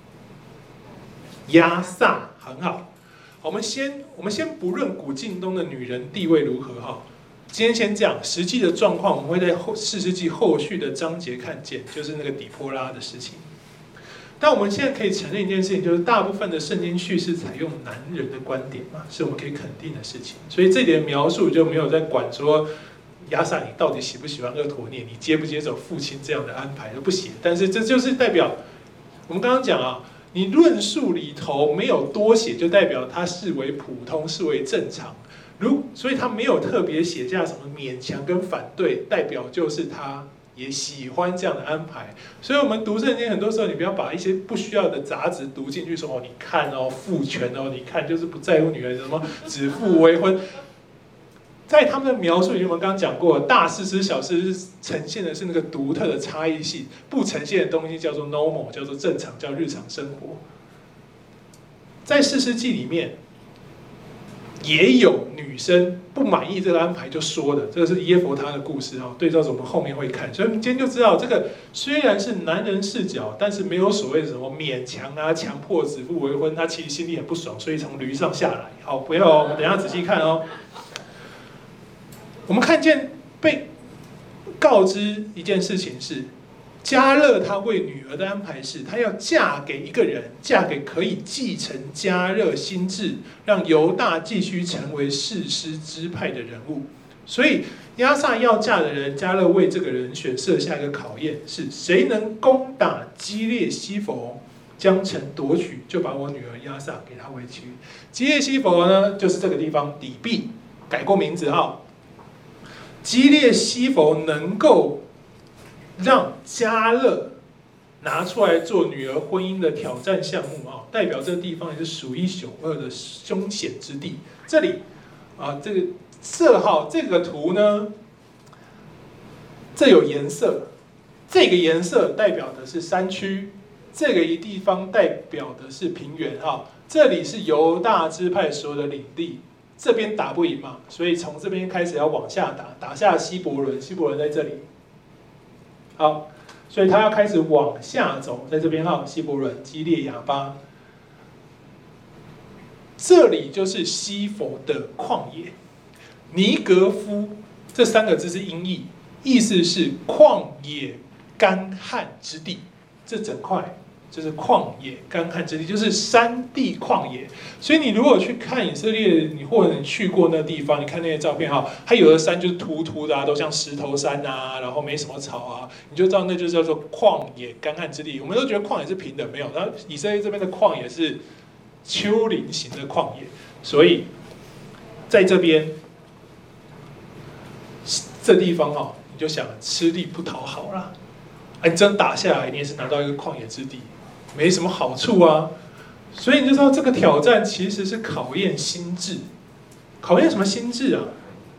亚萨，很好。我们先，我们先不论古近东的女人地位如何哈，今天先讲实际的状况，我们会在后士师记后续的章节看见，就是那个底波拉的事情。但我们现在可以承认一件事情，就是大部分的圣经叙事采用男人的观点嘛，是我们可以肯定的事情。所以这点描述就没有在管说亚萨你到底喜不喜欢俄陀聶，你接不接受父亲这样的安排都不写。但是这就是代表我们刚刚讲啊。你论述里头没有多写，就代表他视为普通，视为正常。如所以他没有特别写下什么勉强跟反对，代表就是他也喜欢这样的安排。所以我们读圣经很多时候，你不要把一些不需要的杂质读进去，说哦，你看哦，父权哦，你看就是不在乎女人什么指腹为婚。在他们的描述里面，我们刚刚讲过，大士师、小士师呈现的是那个独特的差异性，不呈现的东西叫做 normal， 叫做正常，叫日常生活。在士师记里面，也有女生不满意这个安排就说的，这个是耶弗他的故事哦，对照着我们后面会看，所以我们今天就知道，这个虽然是男人视角，但是没有所谓的什么勉强啊、强迫指腹为婚，他其实心里很不爽，所以从驴上下来。好，不要，我们等一下仔细看哦。我们看见被告知一件事情是，迦勒他为女儿的安排是，他要嫁给一个人，嫁给可以继承迦勒心志，让犹大继续成为士师支派的人物。所以亚萨要嫁的人，迦勒为这个人选设下一个考验，是谁能攻打基列西弗，将城夺取，就把我女儿亚萨给他为妻。基列西弗呢，就是这个地方底壁，改过名字哈。基列西弗能够让迦勒拿出来做女儿婚姻的挑战项目啊，代表这个地方也是数一数二的凶险之地。这里啊，这个色号这个图呢，这有颜色，这个颜色代表的是山区，这个一地方代表的是平原哈。这里是犹大支派所有的领地，这边打不赢嘛，所以从这边开始要往下打，打下希伯伦，希伯伦在这里。好，所以他要开始往下走，在这边哈，希伯伦、基列亚巴，这里就是西弗的旷野。尼格夫这三个字是音译，意思是旷野干旱之地，这整块就是旷野干旱之地，就是山地旷野。所以你如果去看以色列，你或者你去过那地方，你看那些照片哈，它有的山就是秃秃的啊，都像石头山啊，然后没什么草啊，你就知道那就叫做旷野干旱之地。我们都觉得旷野是平的，没有，然后以色列这边的旷野是丘陵型的旷野，所以在这边这地方哈，你就想吃力不讨好啦。哎，你真打下来，你也是拿到一个旷野之地，没什么好处啊。所以你就知道这个挑战其实是考验心智，考验什么心智啊？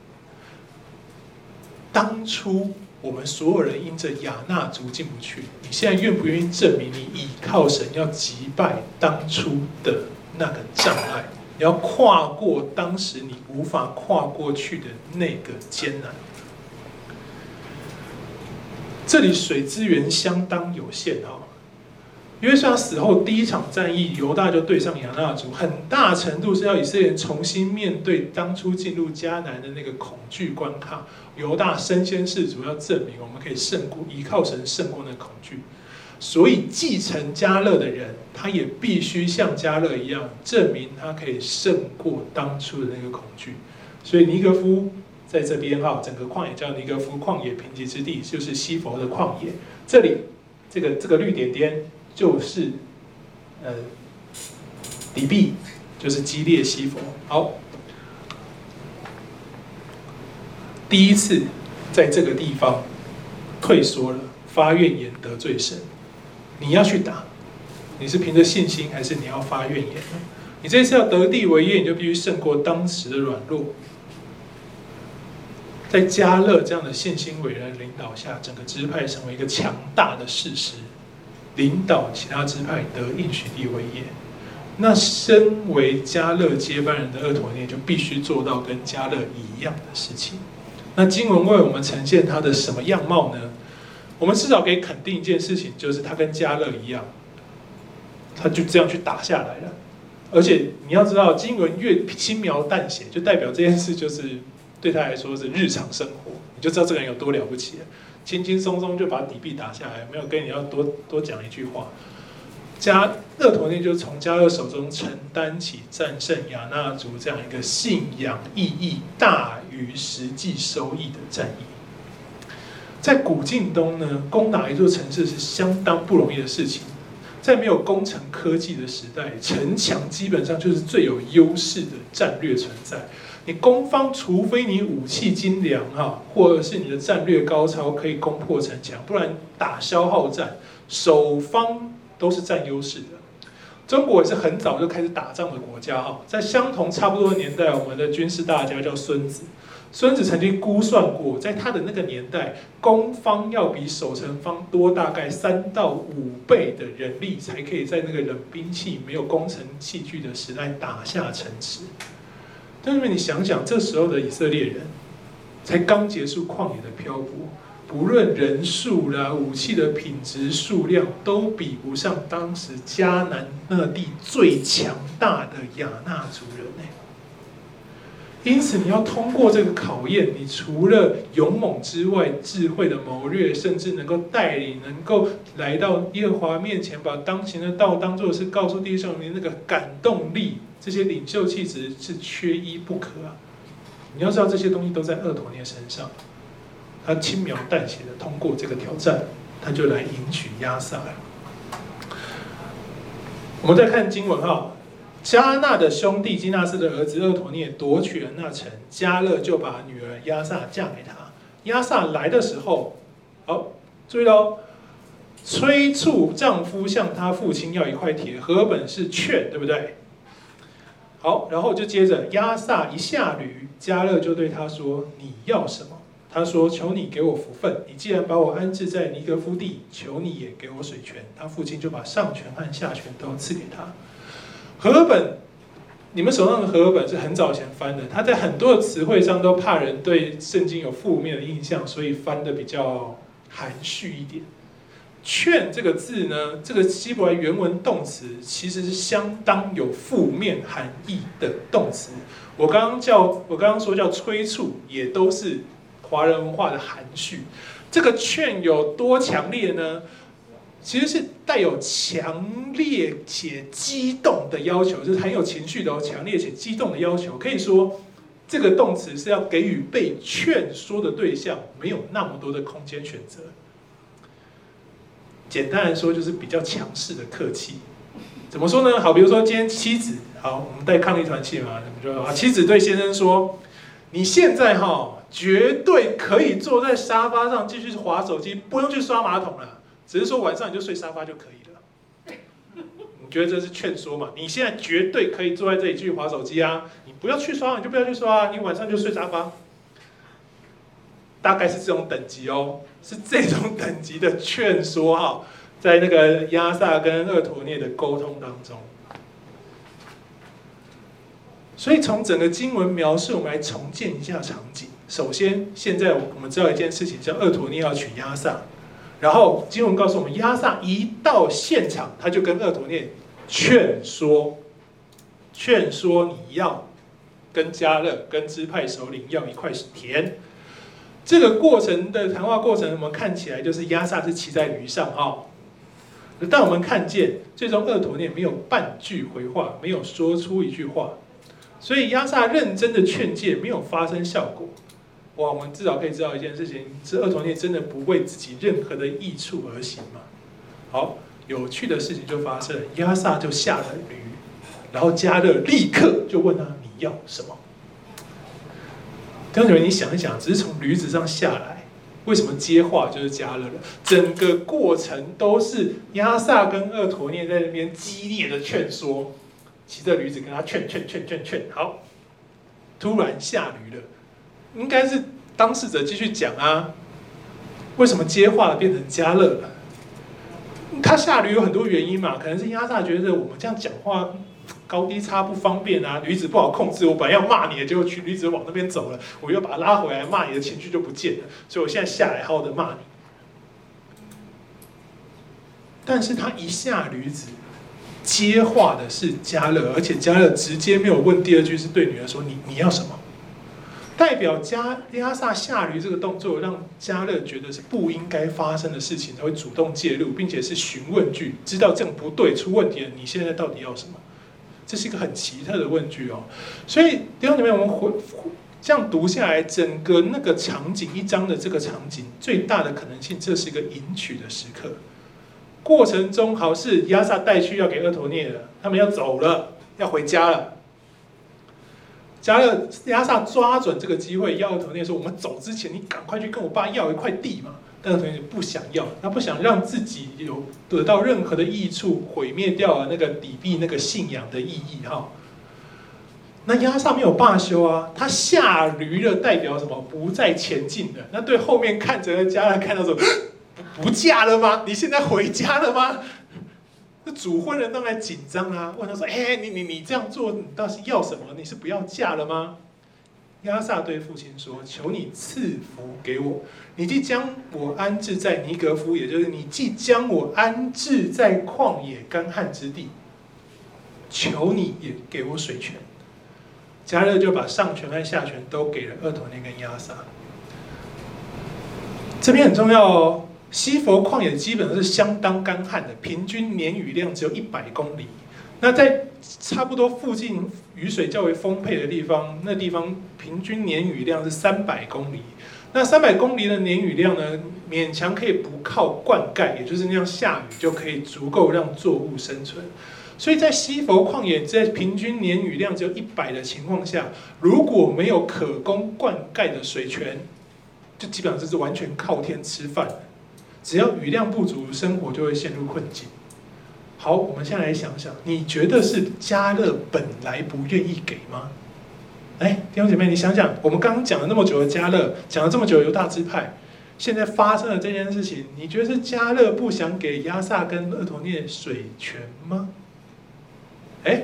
当初我们所有人因着亚纳族进不去，你现在愿不愿意证明你倚靠神要击败当初的那个障碍？你要跨过当时你无法跨过去的那个艰难。这里水资源相当有限啊。约书亚死后第一场战役，犹大就对上亚纳族，很大程度是要以色列人重新面对当初进入迦南的那个恐惧关卡。犹大身先士卒，要证明我们可以胜过，依靠神胜过那恐惧。所以继承迦勒的人，他也必须像迦勒一样，证明他可以胜过当初的那个恐惧。所以尼格夫在这边哈，整个旷野叫尼格夫旷野贫瘠之地，就是西弗的旷野。这里这个这个绿点点就是呃底壁，就是基列西弗。好，第一次在这个地方退缩了，发怨言得罪神。你要去打，你是凭着信心，还是你要发怨言呢？你这次要得地为业，你就必须胜过当时的软弱。在迦勒这样的信心伟人领导下，整个支派成为一个强大的事实，领导其他支派得应许地为业。那身为迦勒接班人的俄陀聶就必须做到跟迦勒一样的事情。那经文为我们呈现他的什么样貌呢？我们至少可以肯定一件事情，就是他跟迦勒一样，他就这样去打下来了。而且你要知道，经文越轻描淡写，就代表这件事就是对他来说是日常生活，你就知道这个人有多了不起了。轻轻松松就把底壁打下来，没有跟你要多多讲一句话。迦勒陀聶就从迦勒手中承担起战胜亚纳族这样一个信仰意义大于实际收益的战役。在古近东呢，攻打一座城市是相当不容易的事情。在没有工程科技的时代，城墙基本上就是最有优势的战略存在。你攻方，除非你武器精良哈，或者是你的战略高超，可以攻破城墙，不然打消耗战，守方都是占优势的。中国也是很早就开始打仗的国家哈，在相同差不多的年代，我们的军事大家叫孙子。孙子曾经估算过，在他的那个年代，攻方要比守城方多大概三到五倍的人力，才可以在那个冷兵器、没有工程器具的时代打下城池。但是你想想，这时候的以色列人才刚结束旷野的漂泊，不论人数啦、武器的品质、数量，都比不上当时迦南那地最强大的亚纳族人呢。因此，你要通过这个考验，你除了勇猛之外，智慧的谋略，甚至能够带领，能够来到耶和华面前，把当前的道当作是告诉弟兄们那个感动力，这些领袖气质是缺一不可啊！你要知道，这些东西都在俄陀聶身上。 他轻描淡写的通过这个挑战，他就来迎娶亚萨了。我们再看经文哈，迦纳的兄弟基纳斯的儿子厄陀涅夺取了那城，迦勒就把女儿亚萨嫁给他。亚萨来的时候，好，注意喽，催促丈夫向他父亲要一块铁，和本是劝，对不对？好，然后就接着亚萨一下驴，迦勒就对他说：“你要什么？”他说：“求你给我福分，你既然把我安置在尼格夫地，求你也给我水泉。”他父亲就把上泉和下泉都赐给他。和本，你们手上的和本是很早前翻的，他在很多的词汇上都怕人对圣经有负面的印象，所以翻的比较含蓄一点。劝这个字呢，这个希伯来原文动词其实是相当有负面含义的动词。我刚刚叫，我刚刚说叫催促，也都是华人文化的含蓄。这个劝有多强烈呢？其实是带有强烈且激动的要求，就是很有情绪的哦，强烈且激动的要求。可以说，这个动词是要给予被劝说的对象没有那么多的空间选择。简单来说，就是比较强势的客气。怎么说呢？好，比如说今天妻子，好，我们带抗力团契嘛，我们就啊，妻子对先生说：“你现在哈，绝对可以坐在沙发上继续滑手机，不用去刷马桶了。只是说晚上你就睡沙发就可以了。”你觉得这是劝说嘛？你现在绝对可以坐在这里继续滑手机啊！你不要去刷，你就不要去刷啊！你晚上就睡沙发。大概是这种等级哦，是这种等级的劝说哈，在那个亚萨跟厄陀涅的沟通当中。所以从整个经文描述，我们来重建一下场景。首先，现在我们知道一件事情，叫厄陀涅要娶亚萨。然后经文告诉我们，亚萨一到现场，他就跟厄陀涅劝说，劝说你要跟迦勒、跟支派首领要一块田。这个过程的谈话过程，我们看起来就是亚萨是骑在驴上哈，但我们看见最终厄陀涅没有半句回话，没有说出一句话，所以亚萨认真的劝诫没有发生效果。哇，我们至少可以知道一件事情，是厄陀涅真的不为自己任何的益处而行嘛？好，有趣的事情就发生了，亚萨就下了驴，然后迦勒立刻就问他：“你要什么？”弟兄姊妹，你想一想，只是从驴子上下来，为什么接话就是迦勒了？整个过程都是亚萨跟厄陀涅在那边激烈的劝说，骑着驴子跟他劝劝劝劝劝。好，突然下驴了，应该是当事者继续讲啊，为什么接话了变成迦勒了？他下驴有很多原因嘛，可能是亚萨觉得我们这样讲话高低差不方便啊，驴子不好控制。我本来要骂你的，结果驴子往那边走了，我又把它拉回来，骂你的情绪就不见了。所以我现在下来好好的骂你。但是他一下驴子，接话的是迦勒，而且迦勒直接没有问第二句，是对女儿说：“你你要什么？”代表迦亚萨下驴这个动作，让迦勒觉得是不应该发生的事情，他会主动介入，并且是询问句，知道这样不对，出问题了，你现在到底要什么？这是一个很奇特的问句哦。所以弟兄姊妹，我们回这样读下来，整个那个场景一章的这个场景，最大的可能性，这是一个迎娶的时刻。过程中，好是亚萨带去要给厄陀涅了，他们要走了，要回家了。迦勒亚萨抓准这个机会，要厄陀涅说：“我们走之前，你赶快去跟我爸要一块地嘛。”但厄陀涅不想要，他不想让自己有得到任何的益处，毁灭掉了那个底壁那个信仰的意义哈。那亚萨没有罢休啊，他下驴了，代表什么？不再前进了。那对后面看着的迦勒看到说：“不嫁了吗？你现在回家了吗？”那主婚人当然紧张啊，问他说：“哎，你你你这样做，你到底是要什么？你是不要嫁了吗？”亚萨对父亲说：“求你赐福给我，你既将我安置在尼格夫，也就是你既将我安置在旷野干旱之地，求你也给我水泉。”迦勒就把上泉和下泉都给了厄陀涅跟亚萨。这边很重要哦。西佛旷野基本上是相当干旱的，平均年雨量只有一百公里。那在差不多附近雨水较为丰沛的地方，那地方平均年雨量是三百公里。 那三百公厘的年雨量呢，勉强可以不靠灌溉，也就是那样下雨就可以足够让作物生存。所以在西佛旷野，在平均年雨量只有一百的情况下，如果没有可供灌溉的水泉，就基本上就是完全靠天吃饭。只要雨量不足，生活就会陷入困境。好，我们现在来想想，你觉得是迦勒本来不愿意给吗？哎，弟兄姐妹，你想想，我们刚刚讲了那么久的迦勒，讲了这么久的犹大支派，现在发生了这件事情，你觉得是迦勒不想给亚萨跟俄陀聶水泉吗？哎，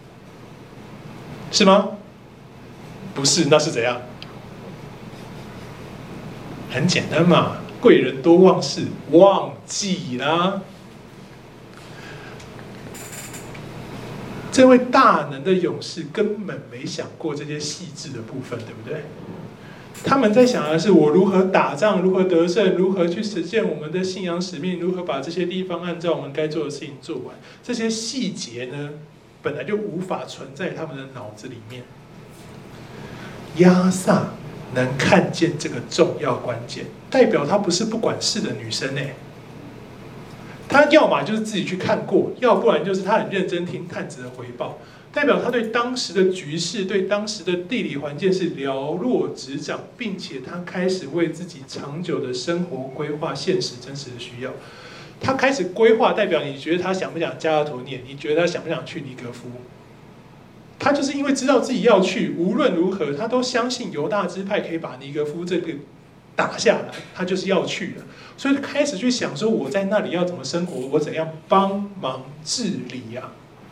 是吗？不是，那是怎样？很简单嘛，贵人多忘事，忘记啦。这位大能的勇士根本没想过这些细致的部分，对不对？他们在想的是我如何打仗，如何得胜，如何去实现我们的信仰使命，如何把这些地方按照我们该做的事情做完。这些细节呢，本来就无法存在他们的脑子里面。亚萨能看见这个重要关键，代表她不是不管事的女生哎。他要么就是自己去看过，要不然就是他很认真听探子的回报，代表他对当时的局势、对当时的地理环境是了若指掌，并且他开始为自己长久的生活规划现实真实的需要。他开始规划，代表你觉得他想不想加尔图涅？你觉得他想不想去尼格夫？他就是因为知道自己要去，无论如何他都相信犹大支派可以把尼格夫这个打下来，他就是要去了。所以开始去想说，我在那里要怎么生活，我怎样帮忙治理呀、啊？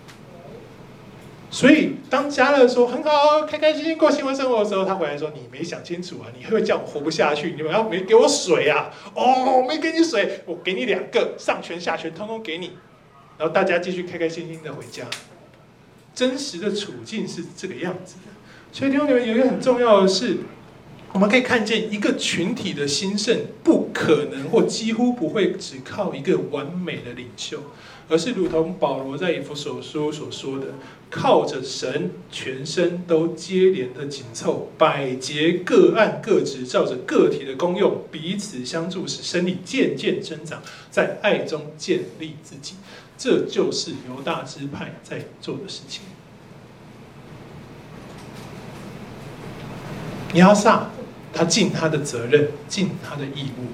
所以当迦勒说很好，开开心心过新婚生活的时候，他回来说：“你没想清楚啊，你会叫我活不下去，你们要没给我水啊？哦，我没给你水，我给你两个，上泉下泉通通给你。”然后大家继续开开心心的回家。真实的处境是这个样子的。所以弟兄姐妹，有一个很重要的是，我们可以看见一个群体的兴盛，不可能或几乎不会只靠一个完美的领袖，而是如同保罗在以弗所书所说的，靠着神全身都接连的紧凑，百节各按各职，照着个体的功用彼此相助，使身体渐渐增长，在爱中建立自己。这就是犹大支派在做的事情。亚萨他尽他的责任，尽他的义务。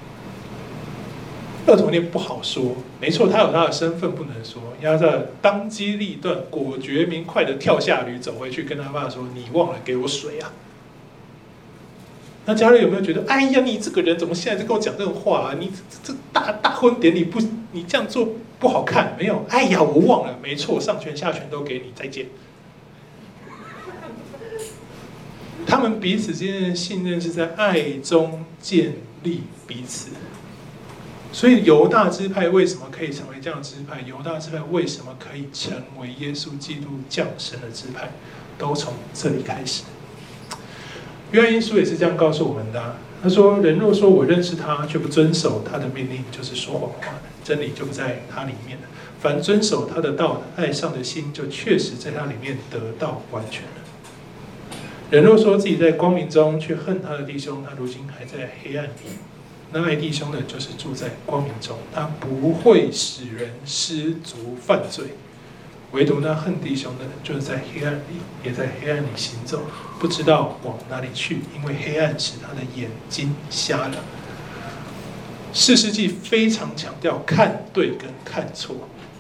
俄陀聶不好说，没错，他有他的身份不能说。亚萨当机立断，果决明快的跳下驴，走回去跟他爸说：“你忘了给我水啊！”那迦勒有没有觉得，哎呀，你这个人怎么现在就跟我讲这种话啊？你这这大大婚典礼不，你这样做不好看。没有，哎呀，我忘了，没错，上拳下拳都给你，再见。他们彼此之间的信任是在爱中建立彼此。所以犹大支派为什么可以成为这样的支派？犹大支派为什么可以成为耶稣基督降生的支派？都从这里开始。约翰一书也是这样告诉我们的、啊。他说：“人若说我认识他，却不遵守他的命令，就是说谎话的。真理就不在他里面了。凡遵守他的道的，爱上的心就确实在他里面得到完全了。人若说自己在光明中，却恨他的弟兄，他如今还在黑暗里。那爱弟兄的，就是住在光明中，他不会使人失足犯罪。唯独那恨弟兄的，就是在黑暗里，也在黑暗里行走，不知道往哪里去，因为黑暗使他的眼睛瞎了。”士师记非常强调看对跟看错。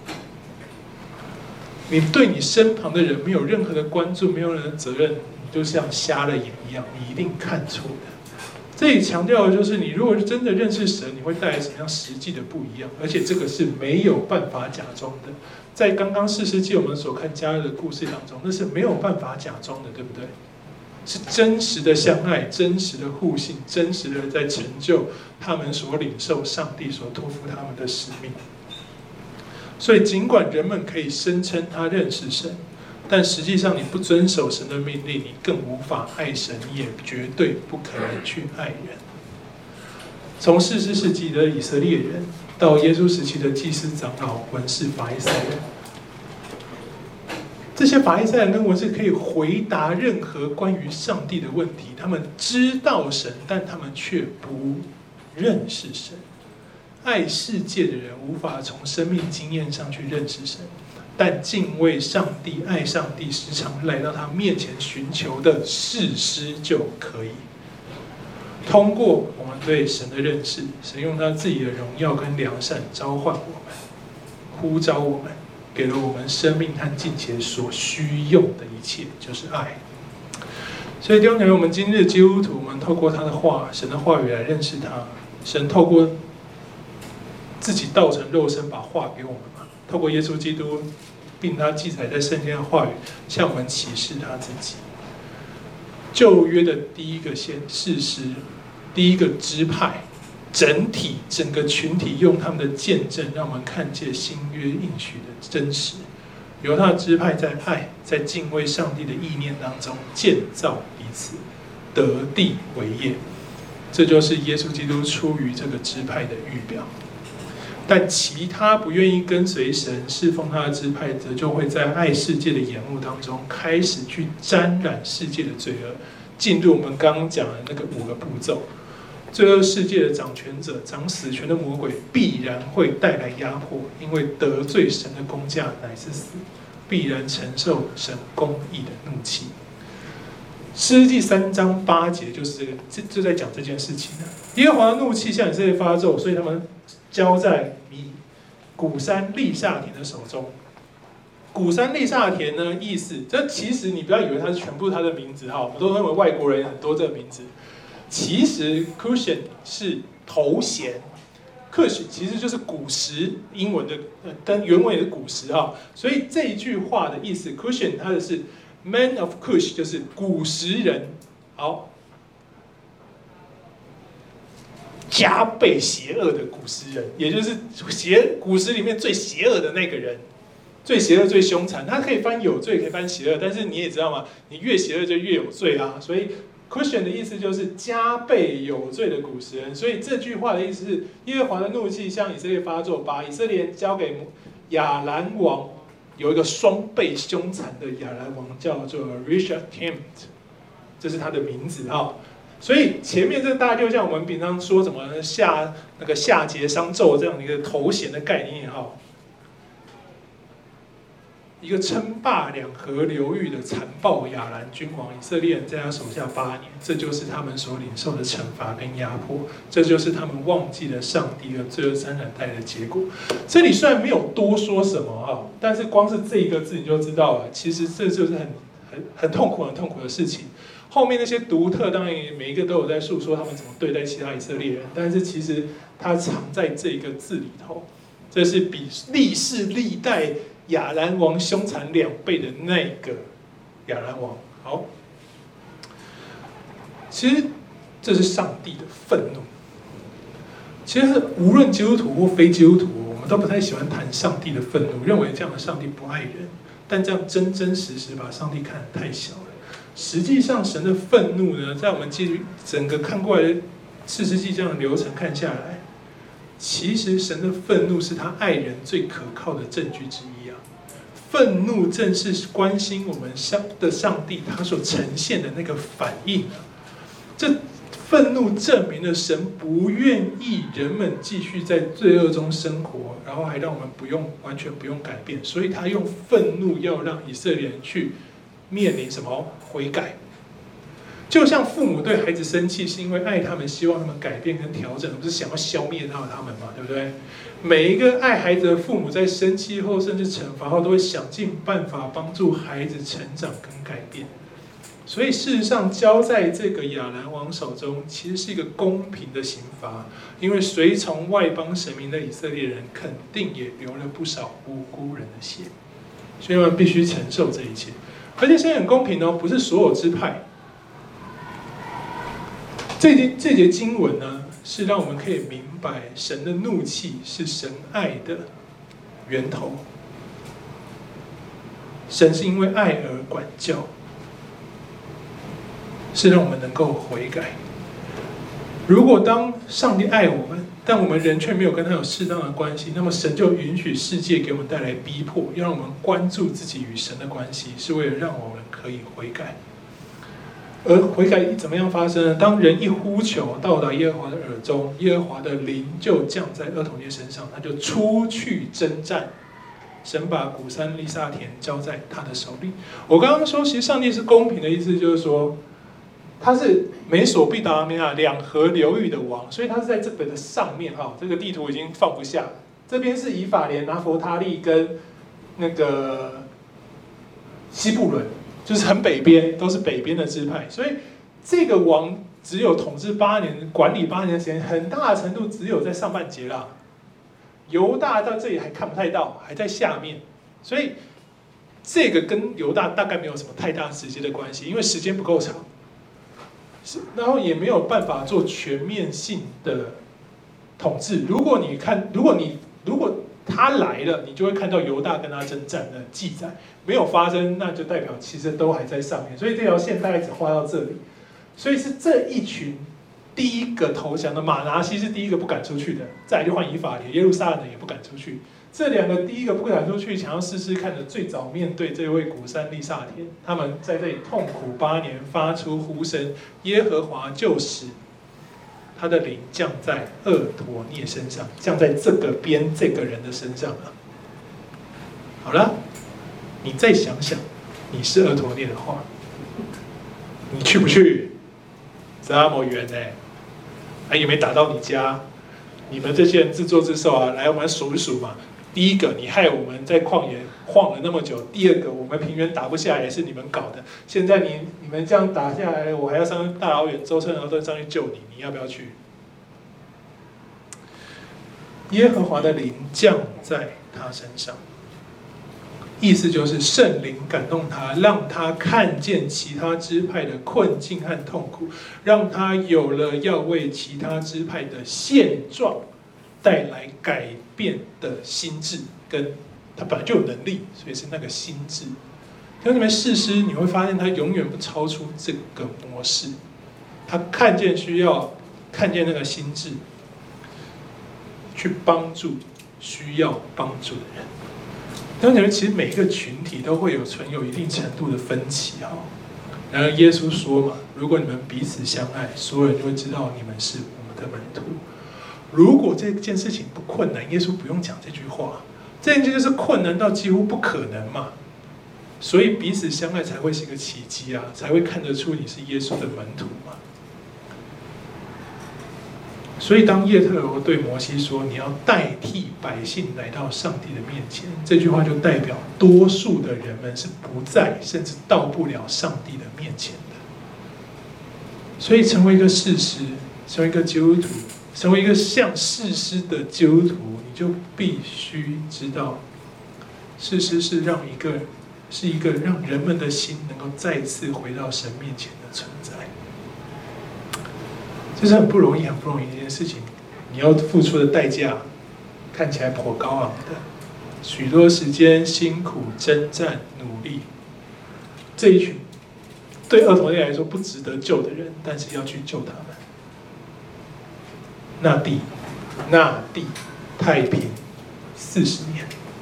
你对你身旁的人没有任何的关注，没有任何的责任，你就像瞎了眼一样，你一定看错的。这里强调的就是，你如果真的认识神，你会带来什么样实际的不一样，而且这个是没有办法假装的。在刚刚士师记我们所看迦勒的故事当中，那是没有办法假装的，对不对？是真实的相爱，真实的互信，真实的在成就他们所领受上帝所托付他们的使命。所以尽管人们可以声称他认识神，但实际上你不遵守神的命令，你更无法爱神，你也绝对不可能去爱人。从士师时期的以色列人，到耶稣时期的祭司长老、文士、法利赛人， 这些法利赛人跟文士可以回答任何关于上帝的问题，他们知道神，但他们却不认识神。爱世界的人无法从生命经验上去认识神，但敬畏上帝、爱上帝，时常来到他面前寻求的士师就可以。通过我们对神的认识，神用他自己的荣耀跟良善召唤我们，呼召我们，给了我们生命和金钱所需用的一切，就是爱。所以弟兄姐妹，我们今日基督徒，我们透过他的话，神的话语来认识他。神透过自己道成肉身，把话给我们嘛。透过耶稣基督，并他记载在圣经的话语，向我们启示他自己。旧约的第一个先士师，第一个支派，整体整个群体用他们的见证，让我们看见新约应许的真实。犹大支派在爱、在敬畏上帝的意念当中建造彼此，得地为业。这就是耶稣基督出于这个支派的预表。但其他不愿意跟随神、侍奉他的支派，则就会在爱世界的眼目当中，开始去沾染世界的罪恶，进入我们刚刚讲的那个五个步骤。罪恶世界的掌权者、掌死权的魔鬼，必然会带来压迫，因为得罪神的工价乃是死，必然承受神公义的怒气。诗记三章八节就是这个，就在讲这件事情。耶和华的怒气向以色列发咒，所以他们交在米古山利萨田的手中。古山利萨田呢，意思这其实你不要以为它是全部它的名字哈，我们都认为外国人很多这个名字。其实 Cushion 是头衔 ，Cush 其实就是古时英文的，呃，但原文也是古时哈，所以这一句话的意思 ，Cushion 它的是 Man of Cush， 就是古时人，好，加倍邪恶的古时人，也就是邪古时里面最邪恶的那个人，最邪恶、最凶残。它可以翻有罪，可以翻邪恶，但是你也知道嘛，你越邪恶就越有罪啊，所以。Cushion 的意思就是加倍有罪的古时人，所以这句话的意思是耶和华的怒气向以色列发作，把以色列人交给亚兰王，有一个双倍凶残的亚兰王叫做 Richard Kempt， 这是他的名字啊。所以前面这大概就像我们平常说什么夏那个夏桀商纣这样的一个头衔的概念哈。一个称霸两河流域的残暴亚兰君王，以色列人在他手下八年，这就是他们所领受的惩罚跟压迫，这就是他们忘记了上帝和罪恶沾染带来的结果。这里虽然没有多说什么啊，但是光是这一个字你就知道了，其实这就是很很很痛苦、很痛苦的事情。后面那些独特，当然每一个都有在诉说他们怎么对待其他以色列人，但是其实它藏在这一个字里头，这是比历世历代亚兰王凶残两倍的那个亚兰王。好，其实这是上帝的愤怒。其实无论基督徒或非基督徒，我们都不太喜欢谈上帝的愤怒，认为这样的上帝不爱人。但这样真真实实把上帝看得太小了。实际上，神的愤怒呢，在我们整个看过来的士师记这样的流程看下来，其实神的愤怒是他爱人最可靠的证据之一啊。愤怒正是关心我们的上帝他所呈现的那个反应啊。这愤怒证明了神不愿意人们继续在罪恶中生活，然后还让我们不用完全不用改变，所以他用愤怒要让以色列人去面临什么悔改。就像父母对孩子生气，是因为爱他们，希望他们改变跟调整，不是想要消灭到他们嘛，对不对？每一个爱孩子的父母，在生气后甚至惩罚后，都会想尽办法帮助孩子成长跟改变。所以事实上，交在这个亚兰王手中，其实是一个公平的刑罚，因为随从外邦神明的以色列人，肯定也流了不少无辜人的血，所以他们必须承受这一切。而且现在很公平哦，不是所有支派。这节这节经文呢，是让我们可以明白神的怒气是神爱的源头。神是因为爱而管教，是让我们能够悔改。如果当上帝爱我们， 但我们人却没有跟他有适当的关系，那么神就允许世界给我们带来逼迫，要让我们关注自己与神的关系，是为了让我们可以悔改。而悔改怎么样发生呢？当人一呼求到达耶和华的耳中，耶和华的灵就降在俄陀聶身上，他就出去征战。神把古珊利萨田交在他的手里。我刚刚说，其实上帝是公平的意思，就是说他是美索不达米亚两河流域的王，所以他是在这个的上面哈。这个地图已经放不下，这边是以法莲、拿佛他利跟那个西布伦。就是很北边，都是北边的支派，所以这个王只有统治八年、管理八年的时间，很大的程度只有在上半节啦。犹大到这里还看不太到，还在下面，所以这个跟犹大大概没有什么太大直接的关系，因为时间不够长，然后也没有办法做全面性的统治。如果你看，如果你如果他来了，你就会看到犹大跟他征战的记载。没有发生，那就代表其实都还在上面，所以这条线大概只画到这里。所以是这一群第一个投降的马拿西是第一个不敢出去的，再来就换以法莲，耶路撒冷也不敢出去。这两个第一个不敢出去，想要试试看的，最早面对这位古珊利萨田，他们在这里痛苦八年，发出呼声，耶和华就使他的灵降在俄陀聶身上，降在这个边这个人的身上了。好了。你再想想，你是俄陀聶的话，你去不去？这么远呢、欸？还有没打到你家？你们这些人自作自受啊！来，我们数一数嘛。第一个，你害我们在旷野晃了那么久；第二个，我们平原打不下来，是你们搞的。现在你你们这样打下来，我还要上大老远舟车劳顿上去救你，你要不要去？耶和华的灵降在他身上。意思就是圣灵感动他，让他看见其他支派的困境和痛苦，让他有了要为其他支派的现状带来改变的心智，跟他本来就有能力，所以是那个心智。弟兄姊妹，士师你会发现他永远不超出这个模式，他看见需要，看见那个心智，去帮助需要帮助的人。当然，其实每一个群体都会有存有一定程度的分歧哈。然而耶稣说嘛，如果你们彼此相爱，所有人就会知道你们是我们的门徒。如果这件事情不困难，耶稣不用讲这句话。这件事就是困难到几乎不可能嘛。所以彼此相爱才会是一个奇迹啊，才会看得出你是耶稣的门徒嘛。所以，当叶特罗对摩西说：“你要代替百姓来到上帝的面前”，这句话就代表多数的人们是不在，甚至到不了上帝的面前的。所以，成为一个士师，成为一个基督徒，成为一个像士师的基督徒，你就必须知道，士师是让一个，是一个让人们的心能够再次回到神面前的存在。这是很不容易、很不容易的一件事情，你要付出的代价看起来颇高昂的，许多时间、辛苦、征战、努力，这一群对俄陀聶来说不值得救的人，但是要去救他们。那地，那地太平四十年。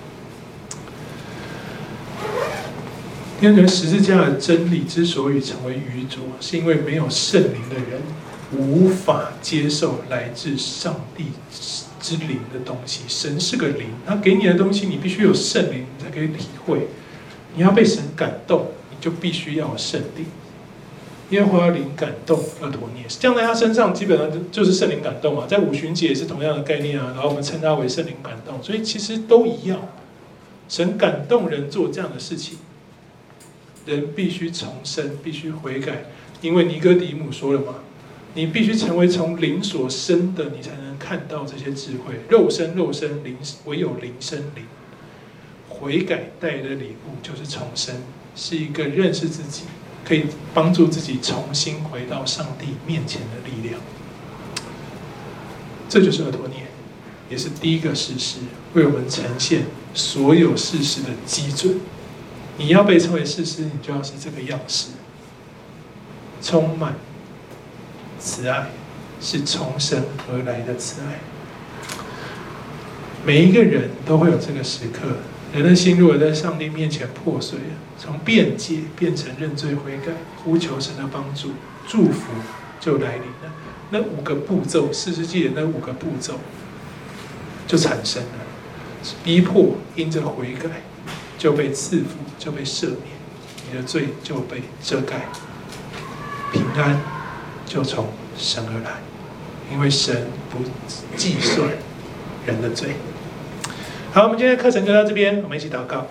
因为十字架的真理之所以成为愚拙，是因为没有圣灵的人无法接受来自上帝之灵的东西。神是个灵，他给你的东西，你必须有圣灵才可以体会。你要被神感动，你就必须要有圣灵。耶和华灵感动俄陀聶，降在他身上，基本上就是圣灵感动啊。在五旬节也是同样的概念啊，然后我们称它为圣灵感动，所以其实都一样。神感动人做这样的事情，人必须重生，必须悔改，因为尼哥底母说了嘛，你必须成为从灵所生的，你才能看到这些智慧。肉生肉生，灵唯有灵生灵。悔改带来的礼物就是重生，是一个认识自己，可以帮助自己重新回到上帝面前的力量。这就是俄陀聶，也是第一个士师，为我们呈现所有士师的基准。你要被称为士师，你就要是这个样式，充满慈爱，是重生而来的慈爱。 每一个人都会有这个时刻，人的心如果在上帝面前破碎，从辩解变成认罪悔改，呼求神的帮助，祝福就来临了。那五个步骤，士师记的那五个步骤就产生了，逼迫因着悔改就被赐福，就被赦免，你的罪就被遮盖，平安就从神而来，因为神不计算人的罪。好，我们今天的课程就到这边，我们一起祷告。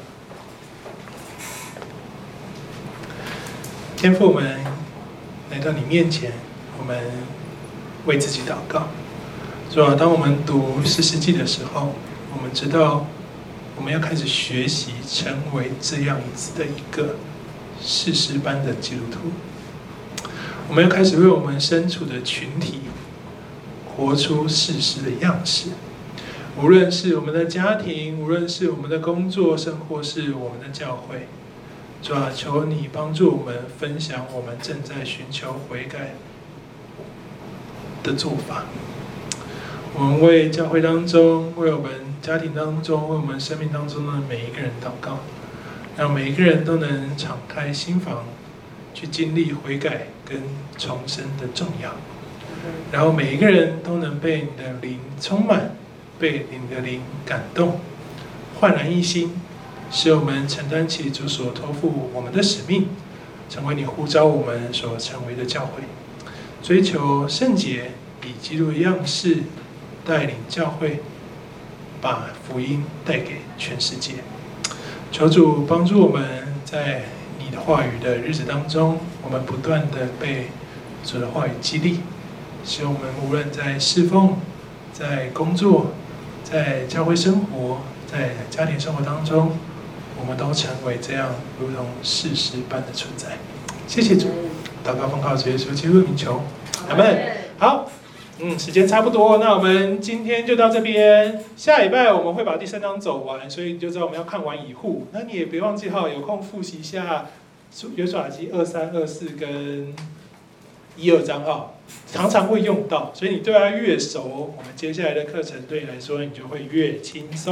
天父，我们来到你面前，我们为自己祷告。主啊，当我们读士师记的时候，我们知道我们要开始学习成为这样子的一个士师般的基督徒。我们要开始为我们身处的群体活出士师的样式。无论是我们的家庭，无论是我们的工作，甚或是我们的教会，主啊，求你帮助我们分享我们正在寻求悔改的做法。我们为教会当中，为我们家庭当中，为我们生命当中的每一个人祷告，让每一个人都能敞开心房，去经历悔改跟重生的重要。然后每一个人都能被你的灵充满，被你的灵感动，焕然一新，使我们承担起主所托付我们的使命，成为你呼召我们所成为的教会，追求圣洁，以基督的样式带领教会，把福音带给全世界。求主帮助我们在你的话语的日子当中，我们不断的被主的话语激励，使我们无论在侍奉、在工作、在教会生活、在家庭生活当中，我们都成为这样如同士师般的存在。谢谢主，祷告奉靠主耶稣基督的名求，阿们。好，嗯，时间差不多，那我们今天就到这边。下礼拜我们会把第三章走完，所以你就知道我们要看完以户。那你也别忘记哈，有空复习一下约书亚记二三、二四跟一二章哈，常常会用到，所以你对它越熟，我们接下来的课程对你来说你就会越轻松。